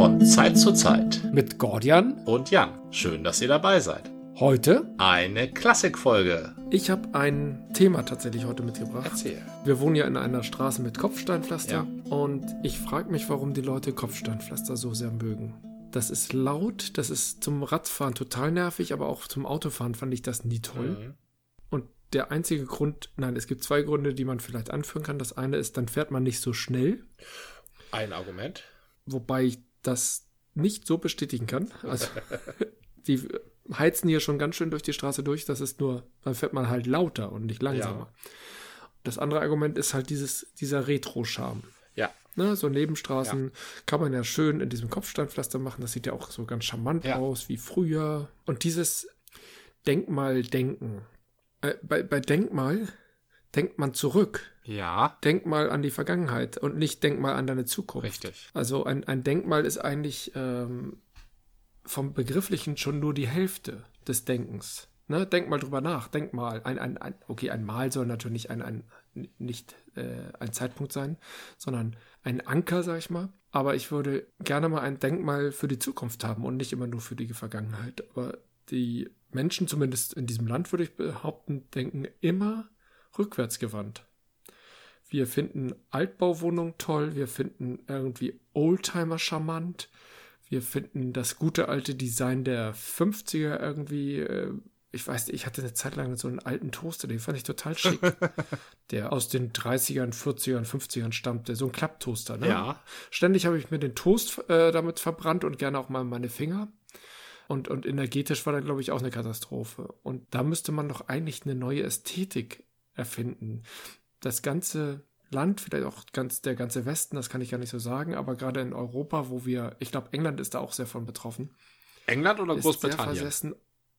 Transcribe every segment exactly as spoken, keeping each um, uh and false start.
von Zeit zu Zeit mit Gordian und Jan. Schön, dass ihr dabei seid. Heute eine Klassikfolge. Ich habe ein Thema tatsächlich heute mitgebracht. Erzähl. Wir wohnen ja in einer Straße mit Kopfsteinpflaster Ja. und ich frage mich, warum die Leute Kopfsteinpflaster so sehr mögen. Das ist laut, das ist zum Radfahren total nervig, aber auch zum Autofahren fand ich das nie toll. Mhm. Und der einzige Grund, nein, es gibt zwei Gründe, die man vielleicht anführen kann. Das eine ist, dann fährt man nicht so schnell. Ein Argument. Wobei ich das nicht so bestätigen kann. Also die heizen hier schon ganz schön durch die Straße durch. Das ist nur, dann fährt man halt lauter und nicht langsamer. Ja. Das andere Argument ist halt dieses, dieser Retro-Charme. Ja. Ne, so Nebenstraßen ja. kann man ja schön in diesem Kopfsteinpflaster machen. Das sieht ja auch so ganz charmant ja. aus wie früher. Und dieses Denkmaldenken. Äh, bei, bei Denkmal denkt man zurück. Ja. Denk mal an die Vergangenheit und nicht denk mal an deine Zukunft. Richtig. Also ein, ein Denkmal ist eigentlich ähm, vom Begrifflichen schon nur die Hälfte des Denkens. Ne? Denk mal drüber nach. Denk mal. Ein, ein, ein, okay, ein Mal soll natürlich ein, ein, nicht äh, ein Zeitpunkt sein, sondern ein Anker, sag ich mal. Aber ich würde gerne mal ein Denkmal für die Zukunft haben und nicht immer nur für die Vergangenheit. Aber die Menschen, zumindest in diesem Land, würde ich behaupten, denken immer rückwärtsgewandt. Wir finden Altbauwohnungen toll, wir finden irgendwie Oldtimer charmant, wir finden das gute alte Design der fünfziger irgendwie, äh, ich weiß nicht, ich hatte eine Zeit lang so einen alten Toaster, den fand ich total schick, der aus den dreißigern, vierzigern, fünfzigern stammte, so ein Klapptoaster, ne? Ja. Ständig habe ich mir den Toast äh, damit verbrannt und gerne auch mal meine Finger. Und, und energetisch war dann, glaube ich, auch eine Katastrophe. Und da müsste man doch eigentlich eine neue Ästhetik erfinden. Das ganze Land, vielleicht auch ganz der ganze Westen, das kann ich gar nicht so sagen, aber gerade in Europa, wo wir, ich glaube, England ist da auch sehr von betroffen. England oder Großbritannien? Sehr versessen.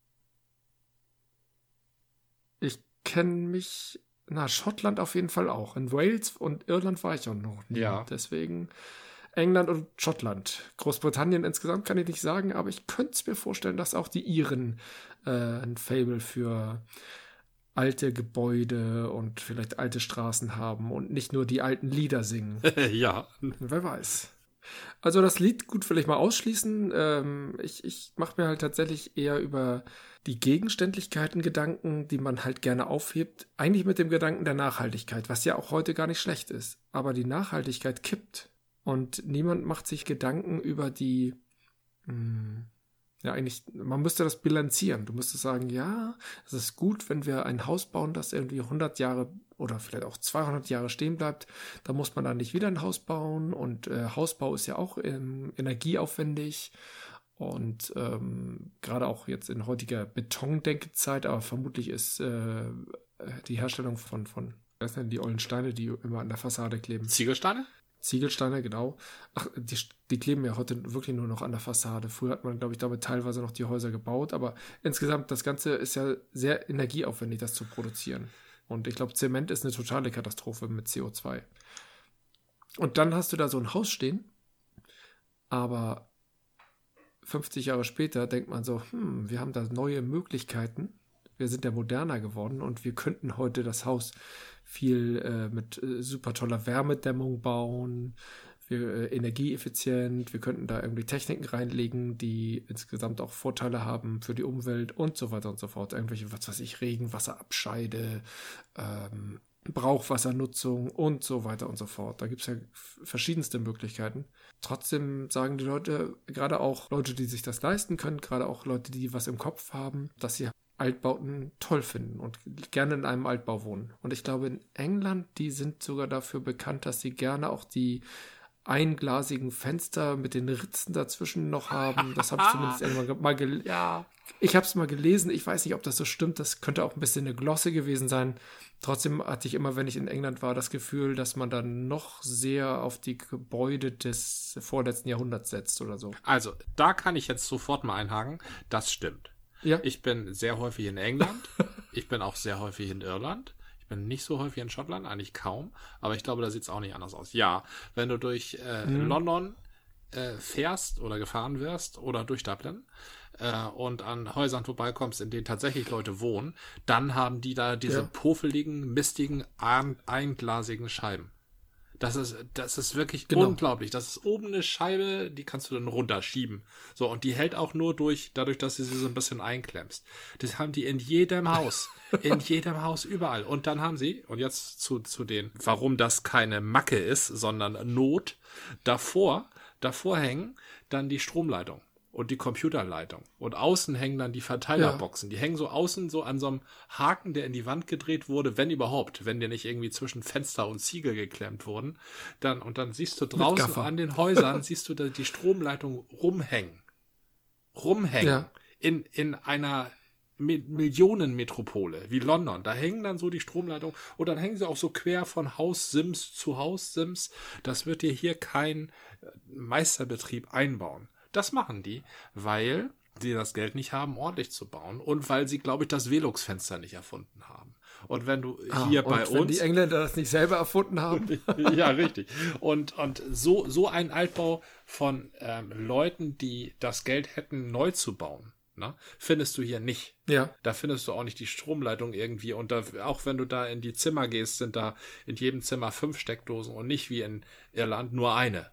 Ich kenne mich, na, Schottland auf jeden Fall auch. In Wales und Irland war ich auch noch nie. Ja. Deswegen England und Schottland. Großbritannien insgesamt kann ich nicht sagen, aber ich könnte es mir vorstellen, dass auch die Iren äh, ein Faible für alte Gebäude und vielleicht alte Straßen haben und nicht nur die alten Lieder singen. Ja. Wer weiß. Also das Lied gut vielleicht mal ausschließen. Ähm, ich ich mache mir halt tatsächlich eher über die Gegenständlichkeiten Gedanken, die man halt gerne aufhebt. Eigentlich mit dem Gedanken der Nachhaltigkeit, was ja auch heute gar nicht schlecht ist. Aber die Nachhaltigkeit kippt. Und niemand macht sich Gedanken über die, mh, ja eigentlich, man müsste das bilanzieren. Du müsstest sagen, ja, es ist gut, wenn wir ein Haus bauen, das irgendwie hundert Jahre oder vielleicht auch zweihundert Jahre stehen bleibt. Da muss man dann nicht wieder ein Haus bauen. Und äh, Hausbau ist ja auch ähm, energieaufwendig. Und ähm, gerade auch jetzt in heutiger Betondenkzeit, aber vermutlich ist äh, die Herstellung von, von, was sind denn die ollen Steine, die immer an der Fassade kleben? Ziegelsteine? Ziegelsteine, genau. Ach, die, die kleben ja heute wirklich nur noch an der Fassade. Früher hat man, glaube ich, damit teilweise noch die Häuser gebaut, aber insgesamt, das Ganze ist ja sehr energieaufwendig, das zu produzieren. Und ich glaube, Zement ist eine totale Katastrophe mit C O zwei. Und dann hast du da so ein Haus stehen, aber fünfzig Jahre später denkt man so, hm, wir haben da neue Möglichkeiten. Wir sind ja moderner geworden und wir könnten heute das Haus viel äh, mit äh, super toller Wärmedämmung bauen, wir, äh, energieeffizient, wir könnten da irgendwie Techniken reinlegen, die insgesamt auch Vorteile haben für die Umwelt und so weiter und so fort. Irgendwelche, was weiß ich, Regenwasserabscheide, ähm, Brauchwassernutzung und so weiter und so fort. Da gibt es ja verschiedenste Möglichkeiten. Trotzdem sagen die Leute, gerade auch Leute, die sich das leisten können, gerade auch Leute, die was im Kopf haben, dass sie Altbauten toll finden und gerne in einem Altbau wohnen. Und ich glaube, in England, die sind sogar dafür bekannt, dass sie gerne auch die einglasigen Fenster mit den Ritzen dazwischen noch haben. Das habe ich zumindest irgendwann mal gelesen. Ja. Ich habe es mal gelesen. Ich weiß nicht, ob das so stimmt. Das könnte auch ein bisschen eine Glosse gewesen sein. Trotzdem hatte ich immer, wenn ich in England war, das Gefühl, dass man dann noch sehr auf die Gebäude des vorletzten Jahrhunderts setzt oder so. Also, da kann ich jetzt sofort mal einhaken. Das stimmt. Ja. Ich bin sehr häufig in England. Ich bin auch sehr häufig in Irland. Ich bin nicht so häufig in Schottland, eigentlich kaum. Aber ich glaube, da sieht es auch nicht anders aus. Ja, wenn du durch äh, mhm. London äh, fährst oder gefahren wirst oder durch Dublin äh, und an Häusern vorbeikommst, in denen tatsächlich Leute wohnen, dann haben die da diese ja. pofeligen, mistigen, ein- einglasigen Scheiben. Das ist, das ist wirklich Genau. unglaublich. Das ist oben eine Scheibe, die kannst du dann runterschieben. So, und die hält auch nur durch, dadurch, dass du sie so ein bisschen einklemmst. Das haben die in jedem Haus. In jedem Haus, überall. Und dann haben sie, und jetzt zu, zu den, warum das keine Macke ist, sondern Not, davor, davor hängen dann die Stromleitung und die Computerleitung. Und außen hängen dann die Verteilerboxen. Ja. Die hängen so außen so an so einem Haken, der in die Wand gedreht wurde, wenn überhaupt, wenn die nicht irgendwie zwischen Fenster und Ziegel geklemmt wurden. Dann, und dann siehst du draußen an den Häusern, siehst du da die Stromleitung rumhängen. Rumhängen. Ja. In, in einer Millionenmetropole wie London. Da hängen dann so die Stromleitungen und dann hängen sie auch so quer von Haussims zu Haussims. Das wird dir hier kein Meisterbetrieb einbauen. Das machen die, weil sie das Geld nicht haben, ordentlich zu bauen und weil sie, glaube ich, das Velux-Fenster nicht erfunden haben. Und wenn du ah, hier und bei wenn uns... die Engländer das nicht selber erfunden haben. Ja, richtig. Und, und so, so ein Altbau von ähm, Leuten, die das Geld hätten, neu zu bauen, ne, findest du hier nicht. Ja. Da findest du auch nicht die Stromleitung irgendwie. Und da, auch wenn du da in die Zimmer gehst, sind da in jedem Zimmer fünf Steckdosen und nicht wie in Irland nur eine.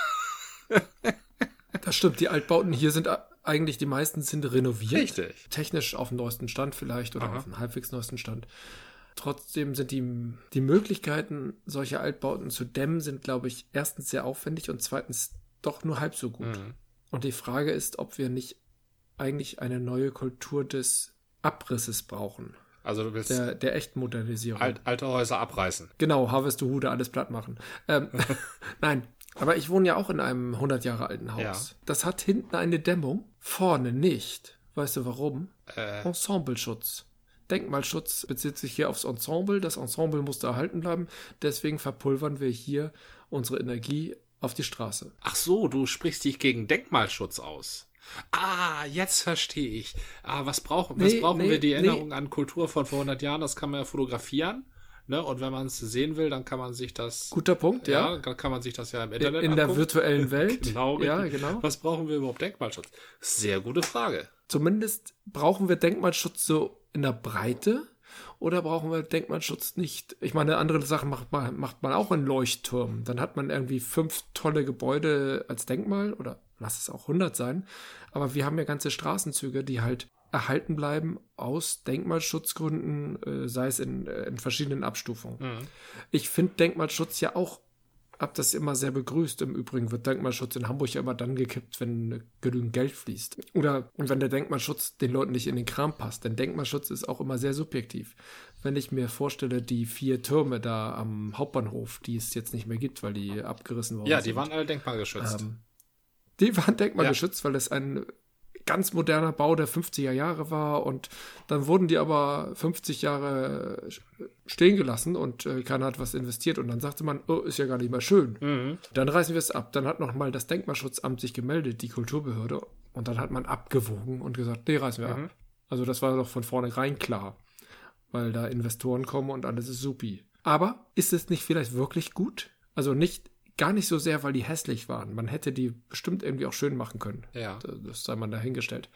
Das stimmt, die Altbauten hier sind eigentlich, die meisten sind renoviert. Richtig. Technisch auf dem neuesten Stand vielleicht oder Aha. auf dem halbwegs neuesten Stand. Trotzdem sind die, die Möglichkeiten, solche Altbauten zu dämmen, sind, glaube ich, erstens sehr aufwendig und zweitens doch nur halb so gut. Mhm. Und die Frage ist, ob wir nicht eigentlich eine neue Kultur des Abrisses brauchen. Also du willst der, der echten Modernisierung. Alt, alte Häuser abreißen. Genau, Harvestehude, alles platt machen. Ähm, Nein, aber ich wohne ja auch in einem hundert Jahre alten Haus. Ja. Das hat hinten eine Dämmung, vorne nicht. Weißt du warum? Äh. Ensembleschutz. Denkmalschutz bezieht sich hier aufs Ensemble. Das Ensemble musste erhalten bleiben. Deswegen verpulvern wir hier unsere Energie auf die Straße. Ach so, du sprichst dich gegen Denkmalschutz aus. Ah, jetzt verstehe ich. Ah, was brauchen, was nee, brauchen nee, wir? Die Erinnerung nee. an Kultur von vor hundert Jahren, das kann man ja fotografieren. Ne? Und wenn man es sehen will, dann kann man sich das... Guter Punkt, ja. ja. Dann kann man sich das ja im Internet In angucken. der virtuellen Welt. Genau, ja, genau. Was brauchen wir überhaupt Denkmalschutz? Sehr gute Frage. Zumindest brauchen wir Denkmalschutz so in der Breite oder brauchen wir Denkmalschutz nicht? Ich meine, andere Sachen macht man, macht man auch in Leuchtturmen. Dann hat man irgendwie fünf tolle Gebäude als Denkmal oder lass es auch hundert sein. Aber wir haben ja ganze Straßenzüge, die halt erhalten bleiben aus Denkmalschutzgründen, äh, sei es in, äh, in verschiedenen Abstufungen. Mhm. Ich finde Denkmalschutz ja auch, hab das immer sehr begrüßt. Im Übrigen wird Denkmalschutz in Hamburg ja immer dann gekippt, wenn genügend Geld fließt. Oder wenn der Denkmalschutz den Leuten nicht in den Kram passt. Denn Denkmalschutz ist auch immer sehr subjektiv. Wenn ich mir vorstelle, die vier Türme da am Hauptbahnhof, die es jetzt nicht mehr gibt, weil die abgerissen worden ja, sind. Ja, die waren alle denkmalgeschützt. Ähm, die waren denkmalgeschützt, ja. Weil es ein ganz moderner Bau der fünfziger Jahre war und dann wurden die aber fünfzig Jahre stehen gelassen und äh, keiner hat was investiert und dann sagte man, oh, ist ja gar nicht mehr schön. Mhm. Dann reißen wir es ab. Dann hat noch mal das Denkmalschutzamt sich gemeldet, die Kulturbehörde, und dann hat man abgewogen und gesagt, nee, reißen wir mhm. ab. Also das war doch von vornherein klar, weil da Investoren kommen und alles ist supi. Aber ist es nicht vielleicht wirklich gut? Also nicht Gar nicht so sehr, weil die hässlich waren. Man hätte die bestimmt irgendwie auch schön machen können. Ja. Das sei man dahingestellt.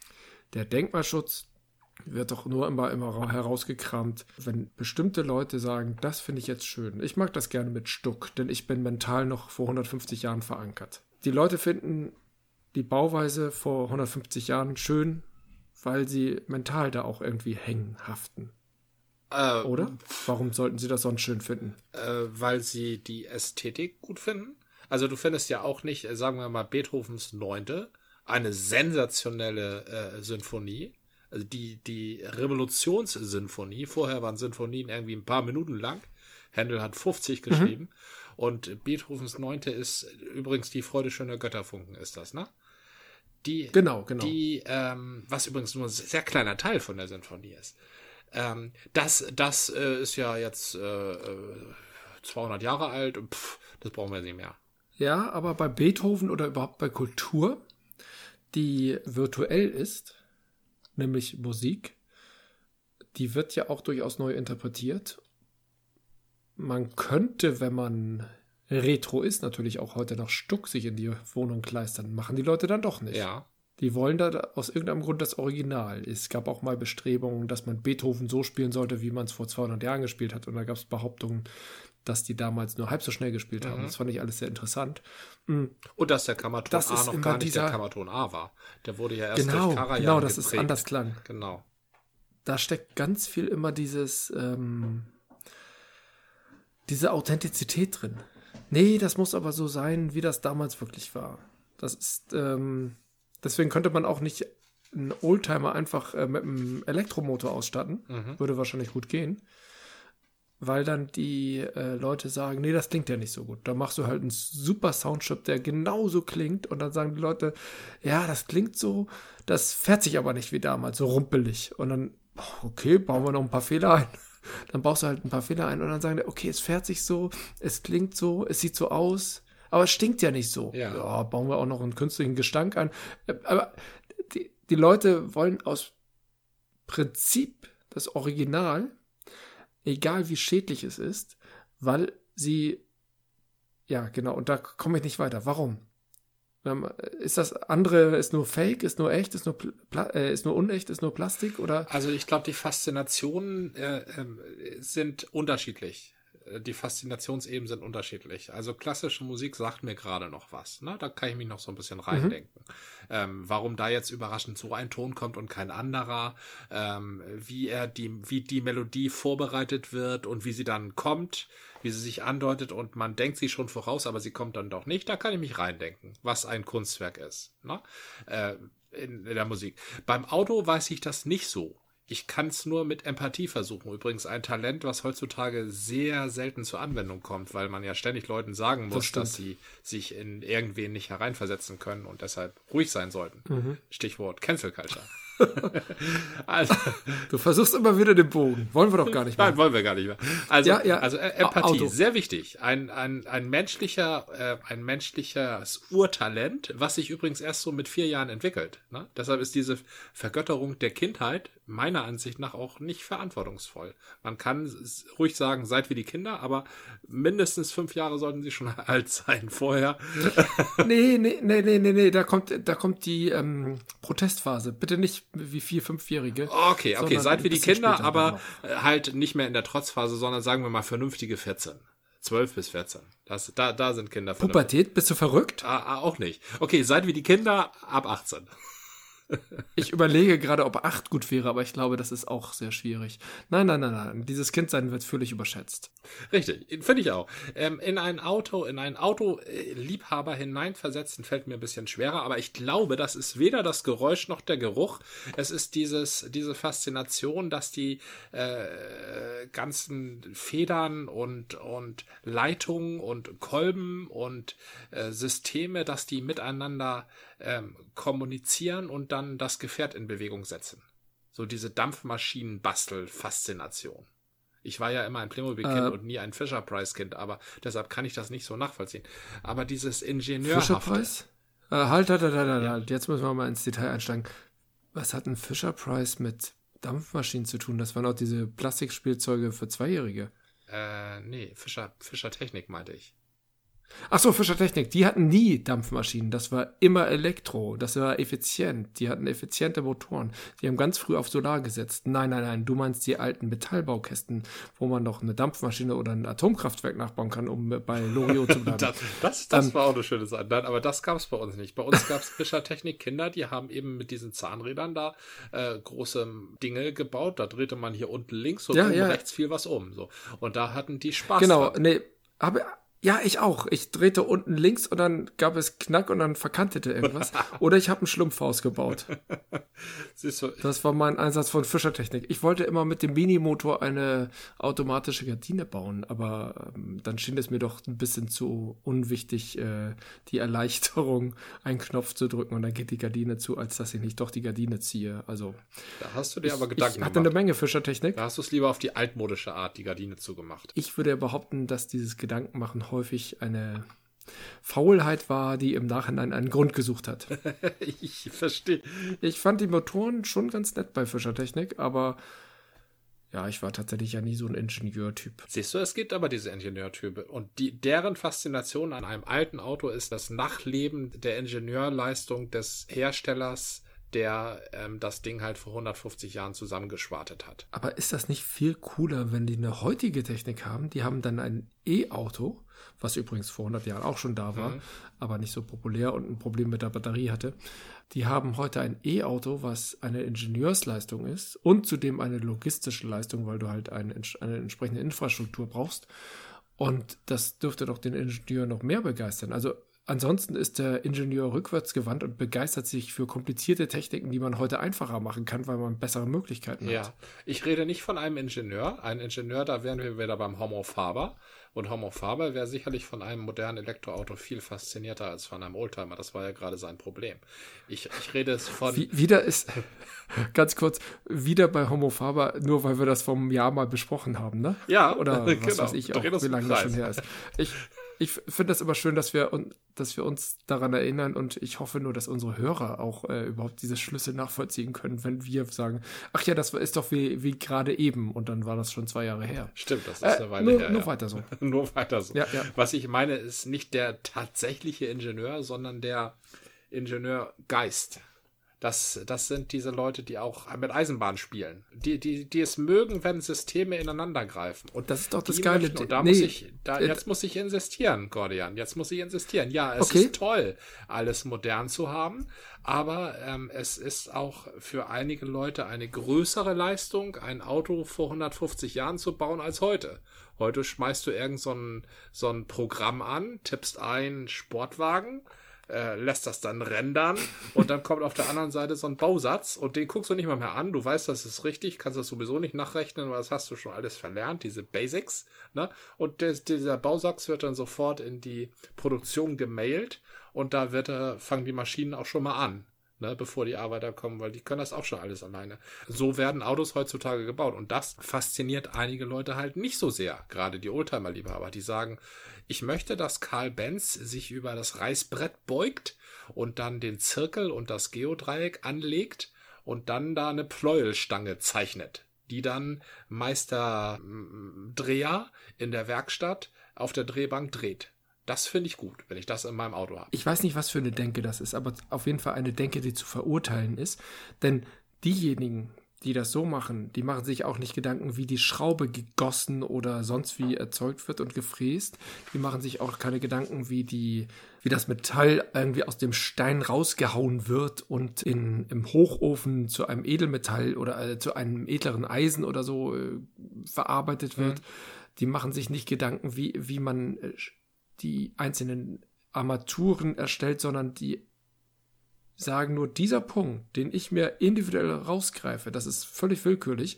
Der Denkmalschutz wird doch nur immer, immer herausgekramt, wenn bestimmte Leute sagen, das finde ich jetzt schön. Ich mag das gerne mit Stuck, denn ich bin mental noch vor hundertfünfzig Jahren verankert. Die Leute finden die Bauweise vor hundertfünfzig Jahren schön, weil sie mental da auch irgendwie hängen, haften. Äh, Oder? Warum sollten sie das sonst schön finden? Äh, weil sie die Ästhetik gut finden. Also du findest ja auch nicht, sagen wir mal, Beethovens Neunte, eine sensationelle äh, Sinfonie. Also die, die Revolutionssinfonie. Vorher waren Sinfonien irgendwie ein paar Minuten lang. Händel hat fünfzig geschrieben. Mhm. Und Beethovens Neunte ist übrigens die Freude schöner Götterfunken, ist das, ne? Die, genau, genau. Die, ähm, was übrigens nur ein sehr kleiner Teil von der Sinfonie ist. Ähm, das das äh, ist ja jetzt äh, zweihundert Jahre alt und pff, das brauchen wir nicht mehr. Ja, aber bei Beethoven oder überhaupt bei Kultur, die virtuell ist, nämlich Musik, die wird ja auch durchaus neu interpretiert. Man könnte, wenn man Retro ist, natürlich auch heute noch Stuck sich in die Wohnung kleistern. Machen die Leute dann doch nicht. Ja. Die wollen da aus irgendeinem Grund das Original. Es gab auch mal Bestrebungen, dass man Beethoven so spielen sollte, wie man es vor zweihundert Jahren gespielt hat. Und da gab es Behauptungen, dass die damals nur halb so schnell gespielt haben. Mhm. Das fand ich alles sehr interessant. Mhm. Und dass der Kammerton das A noch gar nicht dieser, der Kammerton A war. Der wurde ja erst genau, durch Karajan Genau, dass geprägt. es anders klang. Genau. Da steckt ganz viel immer dieses, ähm, diese Authentizität drin. Nee, das muss aber so sein, wie das damals wirklich war. Das ist, ähm, deswegen könnte man auch nicht einen Oldtimer einfach äh, mit einem Elektromotor ausstatten. Mhm. Würde wahrscheinlich gut gehen. Weil dann die äh, Leute sagen, nee, das klingt ja nicht so gut. Da machst du halt einen super Soundchip, der genauso klingt. Und dann sagen die Leute, ja, das klingt so, das fährt sich aber nicht wie damals, so rumpelig. Und dann, okay, bauen wir noch ein paar Fehler ein. Dann baust du halt ein paar Fehler ein und dann sagen die, okay, es fährt sich so, es klingt so, es sieht so aus, aber es stinkt ja nicht so. Ja, ja bauen wir auch noch einen künstlichen Gestank ein. Aber die, die Leute wollen aus Prinzip das Original, egal wie schädlich es ist, weil sie, ja genau, und da komme ich nicht weiter. Warum? Ist das andere, ist nur Fake, ist nur echt, ist nur, Pla- äh, ist nur unecht, ist nur Plastik oder? Also ich glaube, die Faszinationen äh, äh, sind unterschiedlich. Die Faszinationsebenen sind unterschiedlich. Also klassische Musik sagt mir gerade noch was. Ne? Da kann ich mich noch so ein bisschen reindenken. Mhm. Ähm, warum da jetzt überraschend so ein Ton kommt und kein anderer, ähm, wie er die, wie die Melodie vorbereitet wird und wie sie dann kommt, wie sie sich andeutet und man denkt sie schon voraus, aber sie kommt dann doch nicht. Da kann ich mich reindenken, was ein Kunstwerk ist. Ne? Äh, in, in der Musik. Beim Auto weiß ich das nicht so. Ich kann es nur mit Empathie versuchen. Übrigens ein Talent, was heutzutage sehr selten zur Anwendung kommt, weil man ja ständig Leuten sagen muss, das dass sie sich in irgendwen nicht hereinversetzen können und deshalb ruhig sein sollten. Mhm. Stichwort Cancel Culture. Also, du versuchst immer wieder den Bogen. Wollen wir doch gar nicht mehr. Nein, wollen wir gar nicht mehr. Also, ja, ja. also Empathie, Auto. Sehr wichtig. Ein, ein, ein menschlicher, äh, ein menschliches Urtalent, was sich übrigens erst so mit vier Jahren entwickelt. Ne? Deshalb ist diese Vergötterung der Kindheit meiner Ansicht nach auch nicht verantwortungsvoll. Man kann ruhig sagen, seid wie die Kinder, aber mindestens fünf Jahre sollten sie schon alt sein vorher. nee, nee, nee, nee, nee, nee, da kommt, da kommt die ähm, Protestphase. Bitte nicht wie vier, fünfjährige. Okay, okay, seid wie die Kinder, aber halt nicht mehr in der Trotzphase, sondern sagen wir mal vernünftige vierzehn. zwölf bis vierzehn. Das, da, da sind Kinder vernünftig. Pubertät? Bist du verrückt? Ah, ah, auch nicht. Okay, seid wie die Kinder ab achtzehn. Ich überlege gerade, ob acht gut wäre, aber ich glaube, das ist auch sehr schwierig. Nein, nein, nein, nein. Dieses Kindsein wird völlig überschätzt. Richtig, finde ich auch. Ähm, in ein Auto, in einen Autoliebhaber hineinversetzen fällt mir ein bisschen schwerer, aber ich glaube, das ist weder das Geräusch noch der Geruch. Es ist dieses, diese Faszination, dass die äh, ganzen Federn und, und Leitungen und Kolben und äh, Systeme, dass die miteinander ähm, kommunizieren und dann das Gefährt in Bewegung setzen. So diese Dampfmaschinen-Bastel-Faszination. Ich war ja immer ein Playmobil-Kind äh, und nie ein Fisher-Price-Kind, aber deshalb kann ich das nicht so nachvollziehen. Aber dieses Ingenieurhafte... Fisher-Price? Äh, halt, halt, halt, halt, halt. Jetzt müssen wir mal ins Detail einsteigen. Was hat ein Fisher-Price mit Dampfmaschinen zu tun? Das waren auch diese Plastikspielzeuge für Zweijährige. Äh, nee, Fischer, Fischer-Technik meinte ich. Ach so, Fischer Technik, die hatten nie Dampfmaschinen, das war immer Elektro, das war effizient, die hatten effiziente Motoren, die haben ganz früh auf Solar gesetzt. Nein, nein, nein, du meinst die alten Metallbaukästen, wo man noch eine Dampfmaschine oder ein Atomkraftwerk nachbauen kann, um bei Loriot zu bleiben. das das, das ähm, war auch eine schöne Sache, nein, aber das gab es bei uns nicht. Bei uns gab es Fischer Technik Kinder, die haben eben mit diesen Zahnrädern da äh, große Dinge gebaut, da drehte man hier unten links und ja, oben ja. rechts viel was um. So. Und da hatten die Spaß Genau, dran. nee, aber... Ja, ich auch. Ich drehte unten links und dann gab es Knack und dann verkantete irgendwas. Oder ich habe einen Schlumpfhaus gebaut. Siehst du, das war mein Einsatz von Fischertechnik. Ich wollte immer mit dem Minimotor eine automatische Gardine bauen, aber ähm, dann schien es mir doch ein bisschen zu unwichtig, äh, die Erleichterung, einen Knopf zu drücken und dann geht die Gardine zu, als dass ich nicht doch die Gardine ziehe. Also da hast du dir ich, aber Gedanken ich hatte gemacht. eine Menge Fischertechnik. Da hast du es lieber auf die altmodische Art, die Gardine zugemacht. Ich würde ja behaupten, dass dieses Gedankenmachen häufig eine Faulheit war, die im Nachhinein einen Grund gesucht hat. Ich verstehe. Ich fand die Motoren schon ganz nett bei Fischertechnik, aber ja, ich war tatsächlich ja nie so ein Ingenieurtyp. Siehst du, es gibt aber diese Ingenieurtypen und die, deren Faszination an einem alten Auto ist das Nachleben der Ingenieurleistung des Herstellers, der ähm, das Ding halt vor hundertfünfzig Jahren zusammengeschwartet hat. Aber ist das nicht viel cooler, wenn die eine heutige Technik haben? Die haben dann ein E-Auto, was übrigens vor hundert Jahren auch schon da war, mhm. aber nicht so populär und ein Problem mit der Batterie hatte. Die haben heute ein E-Auto, was eine Ingenieursleistung ist und zudem eine logistische Leistung, weil du halt eine, eine entsprechende Infrastruktur brauchst. Und das dürfte doch den Ingenieur noch mehr begeistern. Also ansonsten ist der Ingenieur rückwärtsgewandt und begeistert sich für komplizierte Techniken, die man heute einfacher machen kann, weil man bessere Möglichkeiten ja. hat. Ich rede nicht von einem Ingenieur. Ein Ingenieur, da wären wir wieder beim Homo Faber. Und Homo Faber wäre sicherlich von einem modernen Elektroauto viel faszinierter als von einem Oldtimer. Das war ja gerade sein Problem. Ich, ich rede es von... Wie, wieder ist, ganz kurz, wieder bei Homo Faber, nur weil wir das vom Jahr mal besprochen haben, ne? Ja, oder was genau. weiß ich auch, wie lange das schon her ist. Ich... Ich finde das immer schön, dass wir, dass wir uns daran erinnern und ich hoffe nur, dass unsere Hörer auch äh, überhaupt diese Schlüsse nachvollziehen können, wenn wir sagen, ach ja, das ist doch wie, wie gerade eben und dann war das schon zwei Jahre her. Stimmt, das ist äh, eine Weile nur, her. Nur ja. weiter so. nur weiter so. Ja, ja. Was ich meine, ist nicht der tatsächliche Ingenieur, sondern der Ingenieurgeist. Das, das sind diese Leute, die auch mit Eisenbahn spielen. Die, die, die es mögen, wenn Systeme ineinander greifen. Und das ist doch das die Geile. Möchten, und da nee, muss ich, da, äh, jetzt muss ich insistieren, Gordian. Jetzt muss ich insistieren. Ja, es okay. ist toll, alles modern zu haben. Aber ähm, es ist auch für einige Leute eine größere Leistung, ein Auto vor hundertfünfzig Jahren zu bauen als heute. Heute schmeißt du irgend so ein, so ein Programm an, tippst ein Sportwagen, Äh, lässt das dann rendern und dann kommt auf der anderen Seite so ein Bausatz und den guckst du nicht mal mehr an. Du weißt, das ist richtig, kannst das sowieso nicht nachrechnen, weil das hast du schon alles verlernt, diese Basics. Ne? Und des, dieser Bausatz wird dann sofort in die Produktion gemailt und da wird, äh, fangen die Maschinen auch schon mal an, ne, bevor die Arbeiter kommen, weil die können das auch schon alles alleine. So werden Autos heutzutage gebaut und das fasziniert einige Leute halt nicht so sehr, gerade die Oldtimer-Liebhaber, die sagen, ich möchte, dass Carl Benz sich über das Reißbrett beugt und dann den Zirkel und das Geodreieck anlegt und dann da eine Pleuelstange zeichnet, die dann Meister Dreher in der Werkstatt auf der Drehbank dreht. Das finde ich gut, wenn ich das in meinem Auto habe. Ich weiß nicht, was für eine Denke das ist, aber auf jeden Fall eine Denke, die zu verurteilen ist. Denn diejenigen, die das so machen, die machen sich auch nicht Gedanken, wie die Schraube gegossen oder sonst wie erzeugt wird und gefräst. Die machen sich auch keine Gedanken, wie die, wie das Metall irgendwie aus dem Stein rausgehauen wird und in, im Hochofen zu einem Edelmetall oder äh, zu einem edleren Eisen oder so äh, verarbeitet wird. Mhm. Die machen sich nicht Gedanken, wie, wie man äh, die einzelnen Armaturen erstellt, sondern die sagen nur, dieser Punkt, den ich mir individuell rausgreife, das ist völlig willkürlich,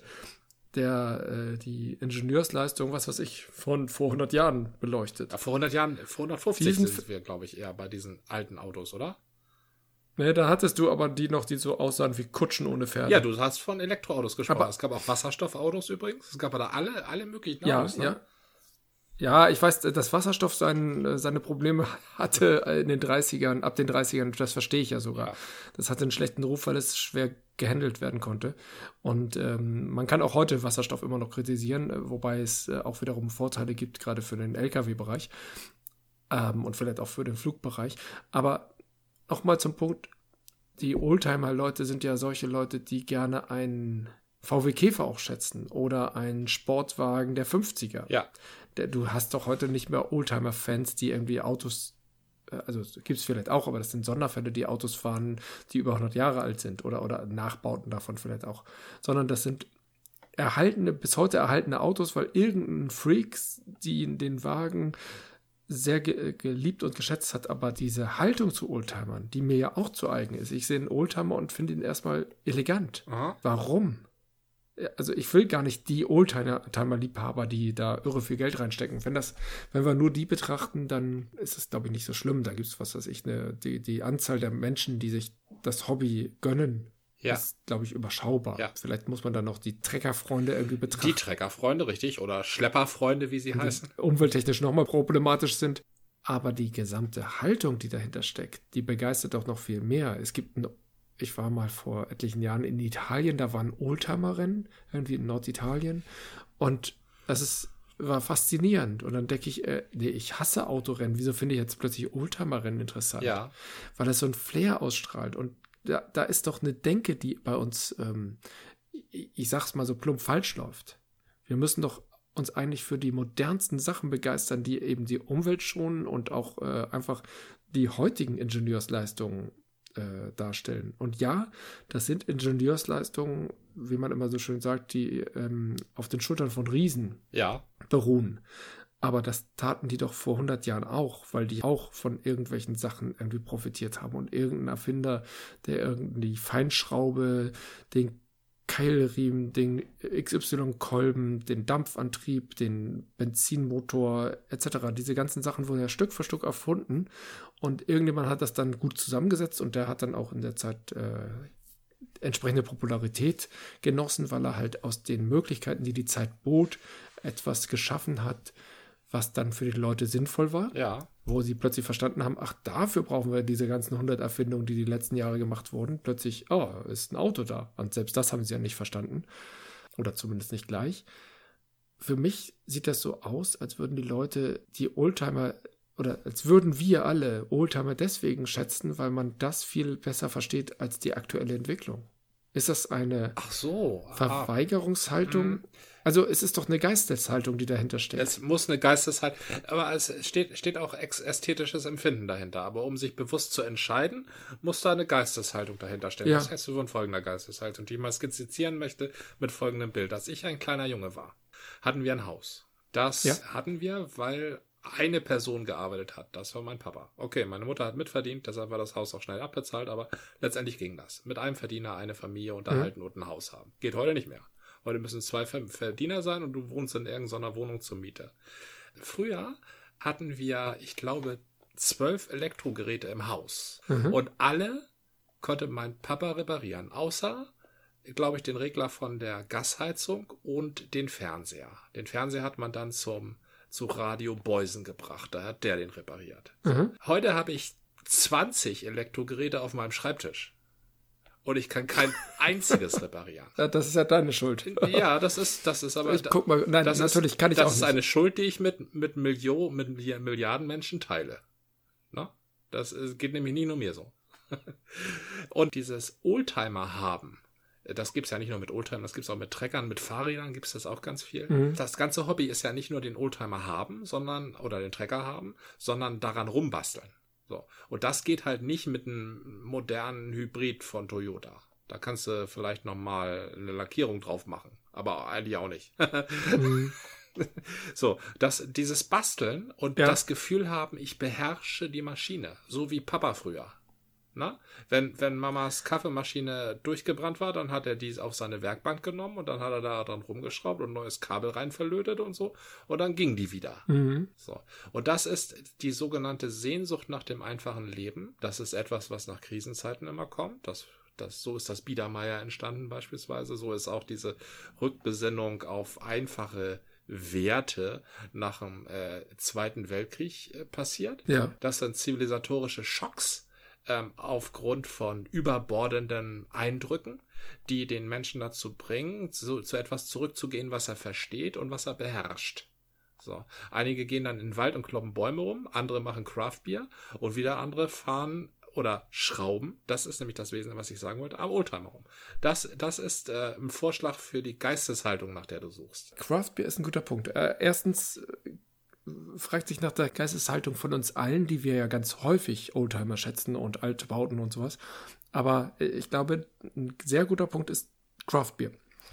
der äh, die Ingenieursleistung, was weiß ich, von vor hundert Jahren beleuchtet. Ja, vor hundert Jahren, vor hundertfünfzig diesen, sind wir, glaube ich, eher bei diesen alten Autos, oder? Ne, da hattest du aber die noch, die so aussahen wie Kutschen ohne Pferde. Ja, du hast von Elektroautos gesprochen. Aber, es gab auch Wasserstoffautos übrigens. Es gab da alle, alle möglichen ja, Autos. Ne? Ja, Ja, ich weiß, dass Wasserstoff sein, seine Probleme hatte in den dreißigern, ab den dreißigern, das verstehe ich ja sogar. Ja. Das hatte einen schlechten Ruf, weil es schwer gehandelt werden konnte. Und ähm, man kann auch heute Wasserstoff immer noch kritisieren, wobei es äh, auch wiederum Vorteile gibt, gerade für den L K W-Bereich ähm, und vielleicht auch für den Flugbereich. Aber nochmal zum Punkt, die Oldtimer-Leute sind ja solche Leute, die gerne einen V W Käfer auch schätzen oder einen Sportwagen der fünfziger. Ja. Du hast doch heute nicht mehr Oldtimer-Fans, die irgendwie Autos, also gibt es vielleicht auch, aber das sind Sonderfälle, die Autos fahren, die über hundert Jahre alt sind oder, oder Nachbauten davon vielleicht auch, sondern das sind erhaltene, bis heute erhaltene Autos, weil irgendein Freaks, die den Wagen sehr ge- geliebt und geschätzt hat, aber diese Haltung zu Oldtimern, die mir ja auch zu eigen ist. Ich sehe einen Oldtimer und finde ihn erstmal elegant. Aha. Warum? Also ich will gar nicht die Oldtimer-Liebhaber, die da irre viel Geld reinstecken. Wenn das, wenn wir nur die betrachten, dann ist es, glaube ich, nicht so schlimm. Da gibt es, was weiß ich, eine, die, die Anzahl der Menschen, die sich das Hobby gönnen, ja. ist, glaube ich, überschaubar. Ja. Vielleicht muss man dann noch die Treckerfreunde irgendwie betrachten. Die Treckerfreunde, richtig. Oder Schlepperfreunde, wie sie die heißen. Umwelttechnisch nochmal problematisch sind. Aber die gesamte Haltung, die dahinter steckt, die begeistert doch noch viel mehr. Es gibt ein Ich war mal vor etlichen Jahren in Italien, da war ein Oldtimer-Rennen, irgendwie in Norditalien. Und das ist, war faszinierend. Und dann denke ich, äh, nee, ich hasse Autorennen. Wieso finde ich jetzt plötzlich Oldtimer-Rennen interessant? Ja. Weil das so ein Flair ausstrahlt. Und da, da ist doch eine Denke, die bei uns, ähm, ich, ich sag's mal so plump, falsch läuft. Wir müssen doch uns eigentlich für die modernsten Sachen begeistern, die eben die Umwelt schonen und auch äh, einfach die heutigen Ingenieursleistungen äh, darstellen. Und ja, das sind Ingenieursleistungen, wie man immer so schön sagt, die ähm, auf den Schultern von Riesen ja. beruhen. Aber das taten die doch vor hundert Jahren auch, weil die auch von irgendwelchen Sachen irgendwie profitiert haben. Und irgendein Erfinder, der irgendwie Feinschraube, den Keilriemen, den X Y-Kolben, den Dampfantrieb, den Benzinmotor et cetera. Diese ganzen Sachen wurden ja Stück für Stück erfunden. Und irgendjemand hat das dann gut zusammengesetzt und der hat dann auch in der Zeit äh, entsprechende Popularität genossen, weil er halt aus den Möglichkeiten, die die Zeit bot, etwas geschaffen hat, was dann für die Leute sinnvoll war. Ja. Wo sie plötzlich verstanden haben, ach, dafür brauchen wir diese ganzen hundert Erfindungen, die die letzten Jahre gemacht wurden. Plötzlich, oh, ist ein Auto da. Und selbst das haben sie ja nicht verstanden. Oder zumindest nicht gleich. Für mich sieht das so aus, als würden die Leute die Oldtimer, oder als würden wir alle Oldtimer deswegen schätzen, weil man das viel besser versteht als die aktuelle Entwicklung. Ist das eine Ach so, Verweigerungshaltung? Hm. Also es ist doch eine Geisteshaltung, die dahinter steht. Es muss eine Geisteshaltung, aber es steht, steht auch ästhetisches Empfinden dahinter. Aber um sich bewusst zu entscheiden, muss da eine Geisteshaltung dahinter stehen. Ja. Was hältst du von folgender Geisteshaltung, die ich mal skizzieren möchte mit folgendem Bild. Als ich ein kleiner Junge war, hatten wir ein Haus. Das Ja. hatten wir, weil eine Person gearbeitet hat. Das war mein Papa. Okay, meine Mutter hat mitverdient, deshalb war das Haus auch schnell abbezahlt, aber letztendlich ging das. Mit einem Verdiener eine Familie unterhalten mhm. und ein Haus haben. Geht heute nicht mehr. Heute müssen zwei Verdiener sein und du wohnst in irgendeiner Wohnung zur Miete. Früher hatten wir, ich glaube, zwölf Elektrogeräte im Haus. Mhm. Und alle konnte mein Papa reparieren. Außer, glaube ich, den Regler von der Gasheizung und den Fernseher. Den Fernseher hat man dann zum, zu Radio Beusen gebracht. Da hat der den repariert. Mhm. Heute habe ich zwanzig Elektrogeräte auf meinem Schreibtisch. Und ich kann kein einziges reparieren. Ja, das ist ja deine Schuld. Ja, das ist, das ist aber. Ich guck mal, nein, das natürlich ist, kann ich das auch. Das ist nicht. eine Schuld, die ich mit, mit Millionen, mit Milliarden Menschen teile. Ne? Das geht nämlich nie nur mir so. Und dieses Oldtimer haben, das gibt's ja nicht nur mit Oldtimern, das gibt's auch mit Treckern, mit Fahrrädern gibt's das auch ganz viel. Mhm. Das ganze Hobby ist ja nicht nur den Oldtimer haben, sondern, oder den Trecker haben, sondern daran rumbasteln. So. Und das geht halt nicht mit einem modernen Hybrid von Toyota. Da kannst du vielleicht nochmal eine Lackierung drauf machen. Aber eigentlich auch nicht. mhm. So, das, dieses Basteln und ja. das Gefühl haben, ich beherrsche die Maschine. So wie Papa früher. Na? Wenn, wenn Mamas Kaffeemaschine durchgebrannt war, dann hat er die auf seine Werkbank genommen und dann hat er da dran rumgeschraubt und ein neues Kabel rein verlötet und so. Und dann ging die wieder. Mhm. So. Und das ist die sogenannte Sehnsucht nach dem einfachen Leben. Das ist etwas, was nach Krisenzeiten immer kommt. Das, das, so ist das Biedermeier entstanden beispielsweise. So ist auch diese Rückbesinnung auf einfache Werte nach dem äh, Zweiten Weltkrieg äh, passiert. Ja. Das sind zivilisatorische Schocks, Ähm, aufgrund von überbordenden Eindrücken, die den Menschen dazu bringen, zu, zu etwas zurückzugehen, was er versteht und was er beherrscht. So. Einige gehen dann in den Wald und kloppen Bäume rum, andere machen Craftbier und wieder andere fahren oder schrauben, das ist nämlich das Wesen, was ich sagen wollte, am Oldtimer rum. Das, das ist äh, ein Vorschlag für die Geisteshaltung, nach der du suchst. Craftbier ist ein guter Punkt. Äh, erstens fragt sich nach der Geisteshaltung von uns allen, die wir ja ganz häufig Oldtimer schätzen und alte Bauten und sowas. Aber ich glaube, ein sehr guter Punkt ist Craftbier.